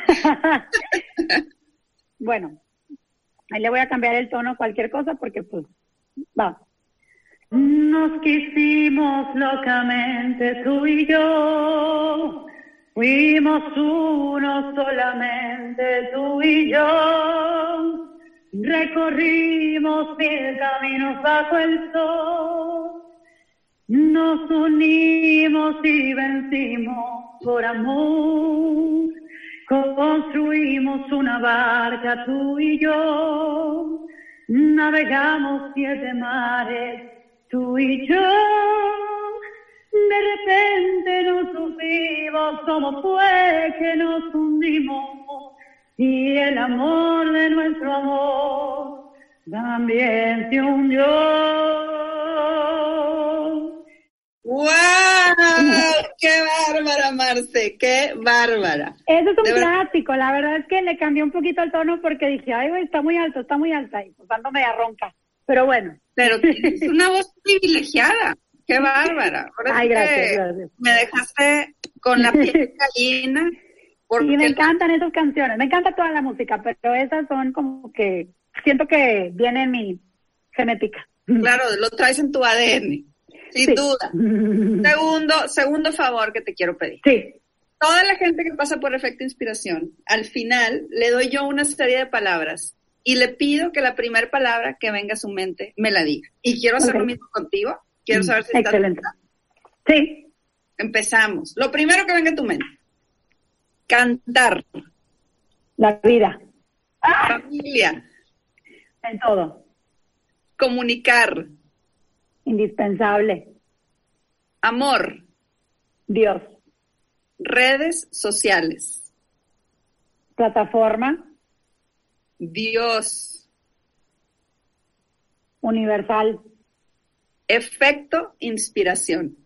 Bueno, ahí le voy a cambiar el tono, cualquier cosa, porque pues, va. Nos quisimos locamente tú y yo, fuimos uno solamente tú y yo, recorrimos 1000 caminos bajo el sol, nos unimos y vencimos por amor, construimos una barca tú y yo, navegamos 7 mares tú y yo. De repente nos supimos cómo fue que nos hundimos, y el amor de nuestro amor también se hundió. ¡Wow! ¡Qué bárbara, Marce! ¡Qué bárbara! Eso es un clásico. La verdad es que le cambié un poquito el tono porque dije, ay, güey, está muy alta. Y pues ando media ronca. Pero bueno. Pero tienes una voz privilegiada. ¡Qué bárbara! Ahora ay, gracias. Me dejaste con la piel de gallina. Y me encantan esas canciones. Me encanta toda la música, pero esas son como que siento que viene en mi genética. Claro, lo traes en tu ADN. Sin duda. Segundo favor que te quiero pedir. Sí. Toda la gente que pasa por Efecto Inspiración, al final le doy yo una serie de palabras y le pido que la primera palabra que venga a su mente me la diga. Y quiero hacer lo mismo contigo. Quiero saber si estás lista. Sí. Empezamos. Lo primero que venga a tu mente. Cantar. La vida. Familia. En todo. Comunicar. Indispensable. Amor. Dios. Redes sociales. Plataforma. Dios. Universal. Efecto Inspiración.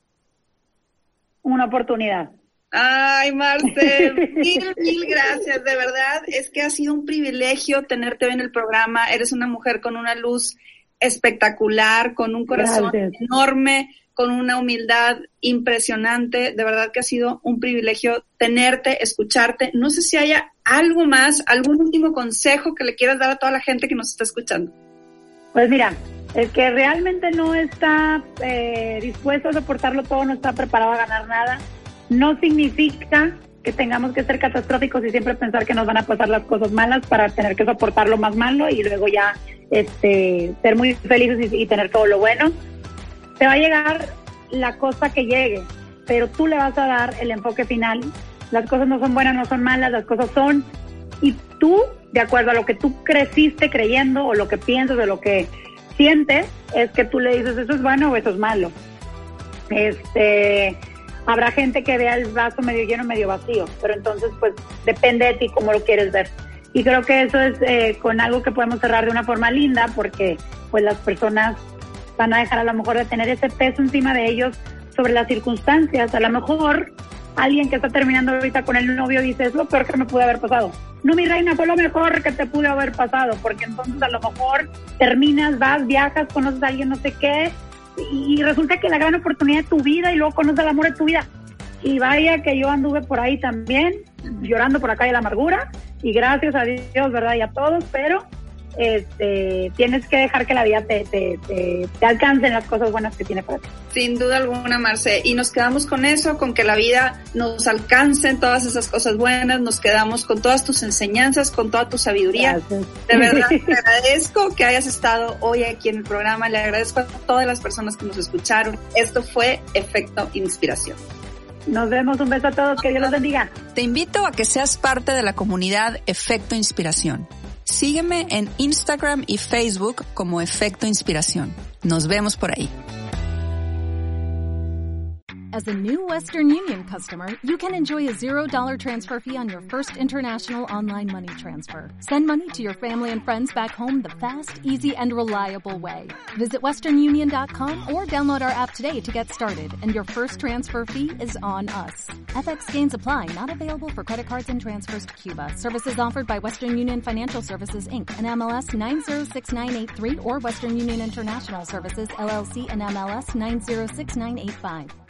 Una oportunidad. Ay, Marce, mil gracias, de verdad, es que ha sido un privilegio tenerte hoy en el programa, eres una mujer con una luz espectacular, con un corazón enorme, con una humildad impresionante. De verdad que ha sido un privilegio tenerte, escucharte. No sé si haya algo más, algún último consejo que le quieras dar a toda la gente que nos está escuchando. Pues mira, el que realmente no está dispuesto a soportarlo todo, no está preparado a ganar nada, no significa que tengamos que ser catastróficos y siempre pensar que nos van a pasar las cosas malas para tener que soportar lo más malo y luego ya ser muy felices y tener todo lo bueno. Te va a llegar la cosa que llegue, pero tú le vas a dar el enfoque final. Las cosas no son buenas, no son malas, las cosas son, y tú, de acuerdo a lo que tú creciste creyendo o lo que piensas o lo que sientes, es que tú le dices eso es bueno o eso es malo. Habrá gente que vea el vaso medio lleno, medio vacío, pero entonces pues depende de ti cómo lo quieres ver. Y creo que eso es con algo que podemos cerrar de una forma linda, porque pues las personas van a dejar a lo mejor de tener ese peso encima de ellos sobre las circunstancias. A lo mejor alguien que está terminando ahorita con el novio dice, es lo peor que me pudo haber pasado. No, mi reina, fue lo mejor que te pudo haber pasado, porque entonces a lo mejor terminas, vas, viajas, conoces a alguien no sé qué, y resulta que la gran oportunidad de tu vida, y luego conoces el amor de tu vida. Y vaya que yo anduve por ahí también, llorando por la calle de la amargura, y gracias a Dios, ¿verdad? Y a todos, pero tienes que dejar que la vida te alcance en las cosas buenas que tiene para ti. Sin duda alguna, Marce, y nos quedamos con eso, con que la vida nos alcance en todas esas cosas buenas, nos quedamos con todas tus enseñanzas, con toda tu sabiduría. Gracias. De verdad, te agradezco que hayas estado hoy aquí en el programa, le agradezco a todas las personas que nos escucharon. Esto fue Efecto Inspiración. Nos vemos, un beso a todos, que Dios los bendiga. Te invito a que seas parte de la comunidad Efecto Inspiración. Sígueme en Instagram y Facebook como Efecto Inspiración. Nos vemos por ahí. As a new Western Union customer, you can enjoy a $0 transfer fee on your first international online money transfer. Send money to your family and friends back home the fast, easy, and reliable way. Visit westernunion.com or download our app today to get started, and your first transfer fee is on us. FX gains apply, not available for credit cards and transfers to Cuba. Services offered by Western Union Financial Services, Inc., and MLS 906983, or Western Union International Services, LLC, and MLS 906985.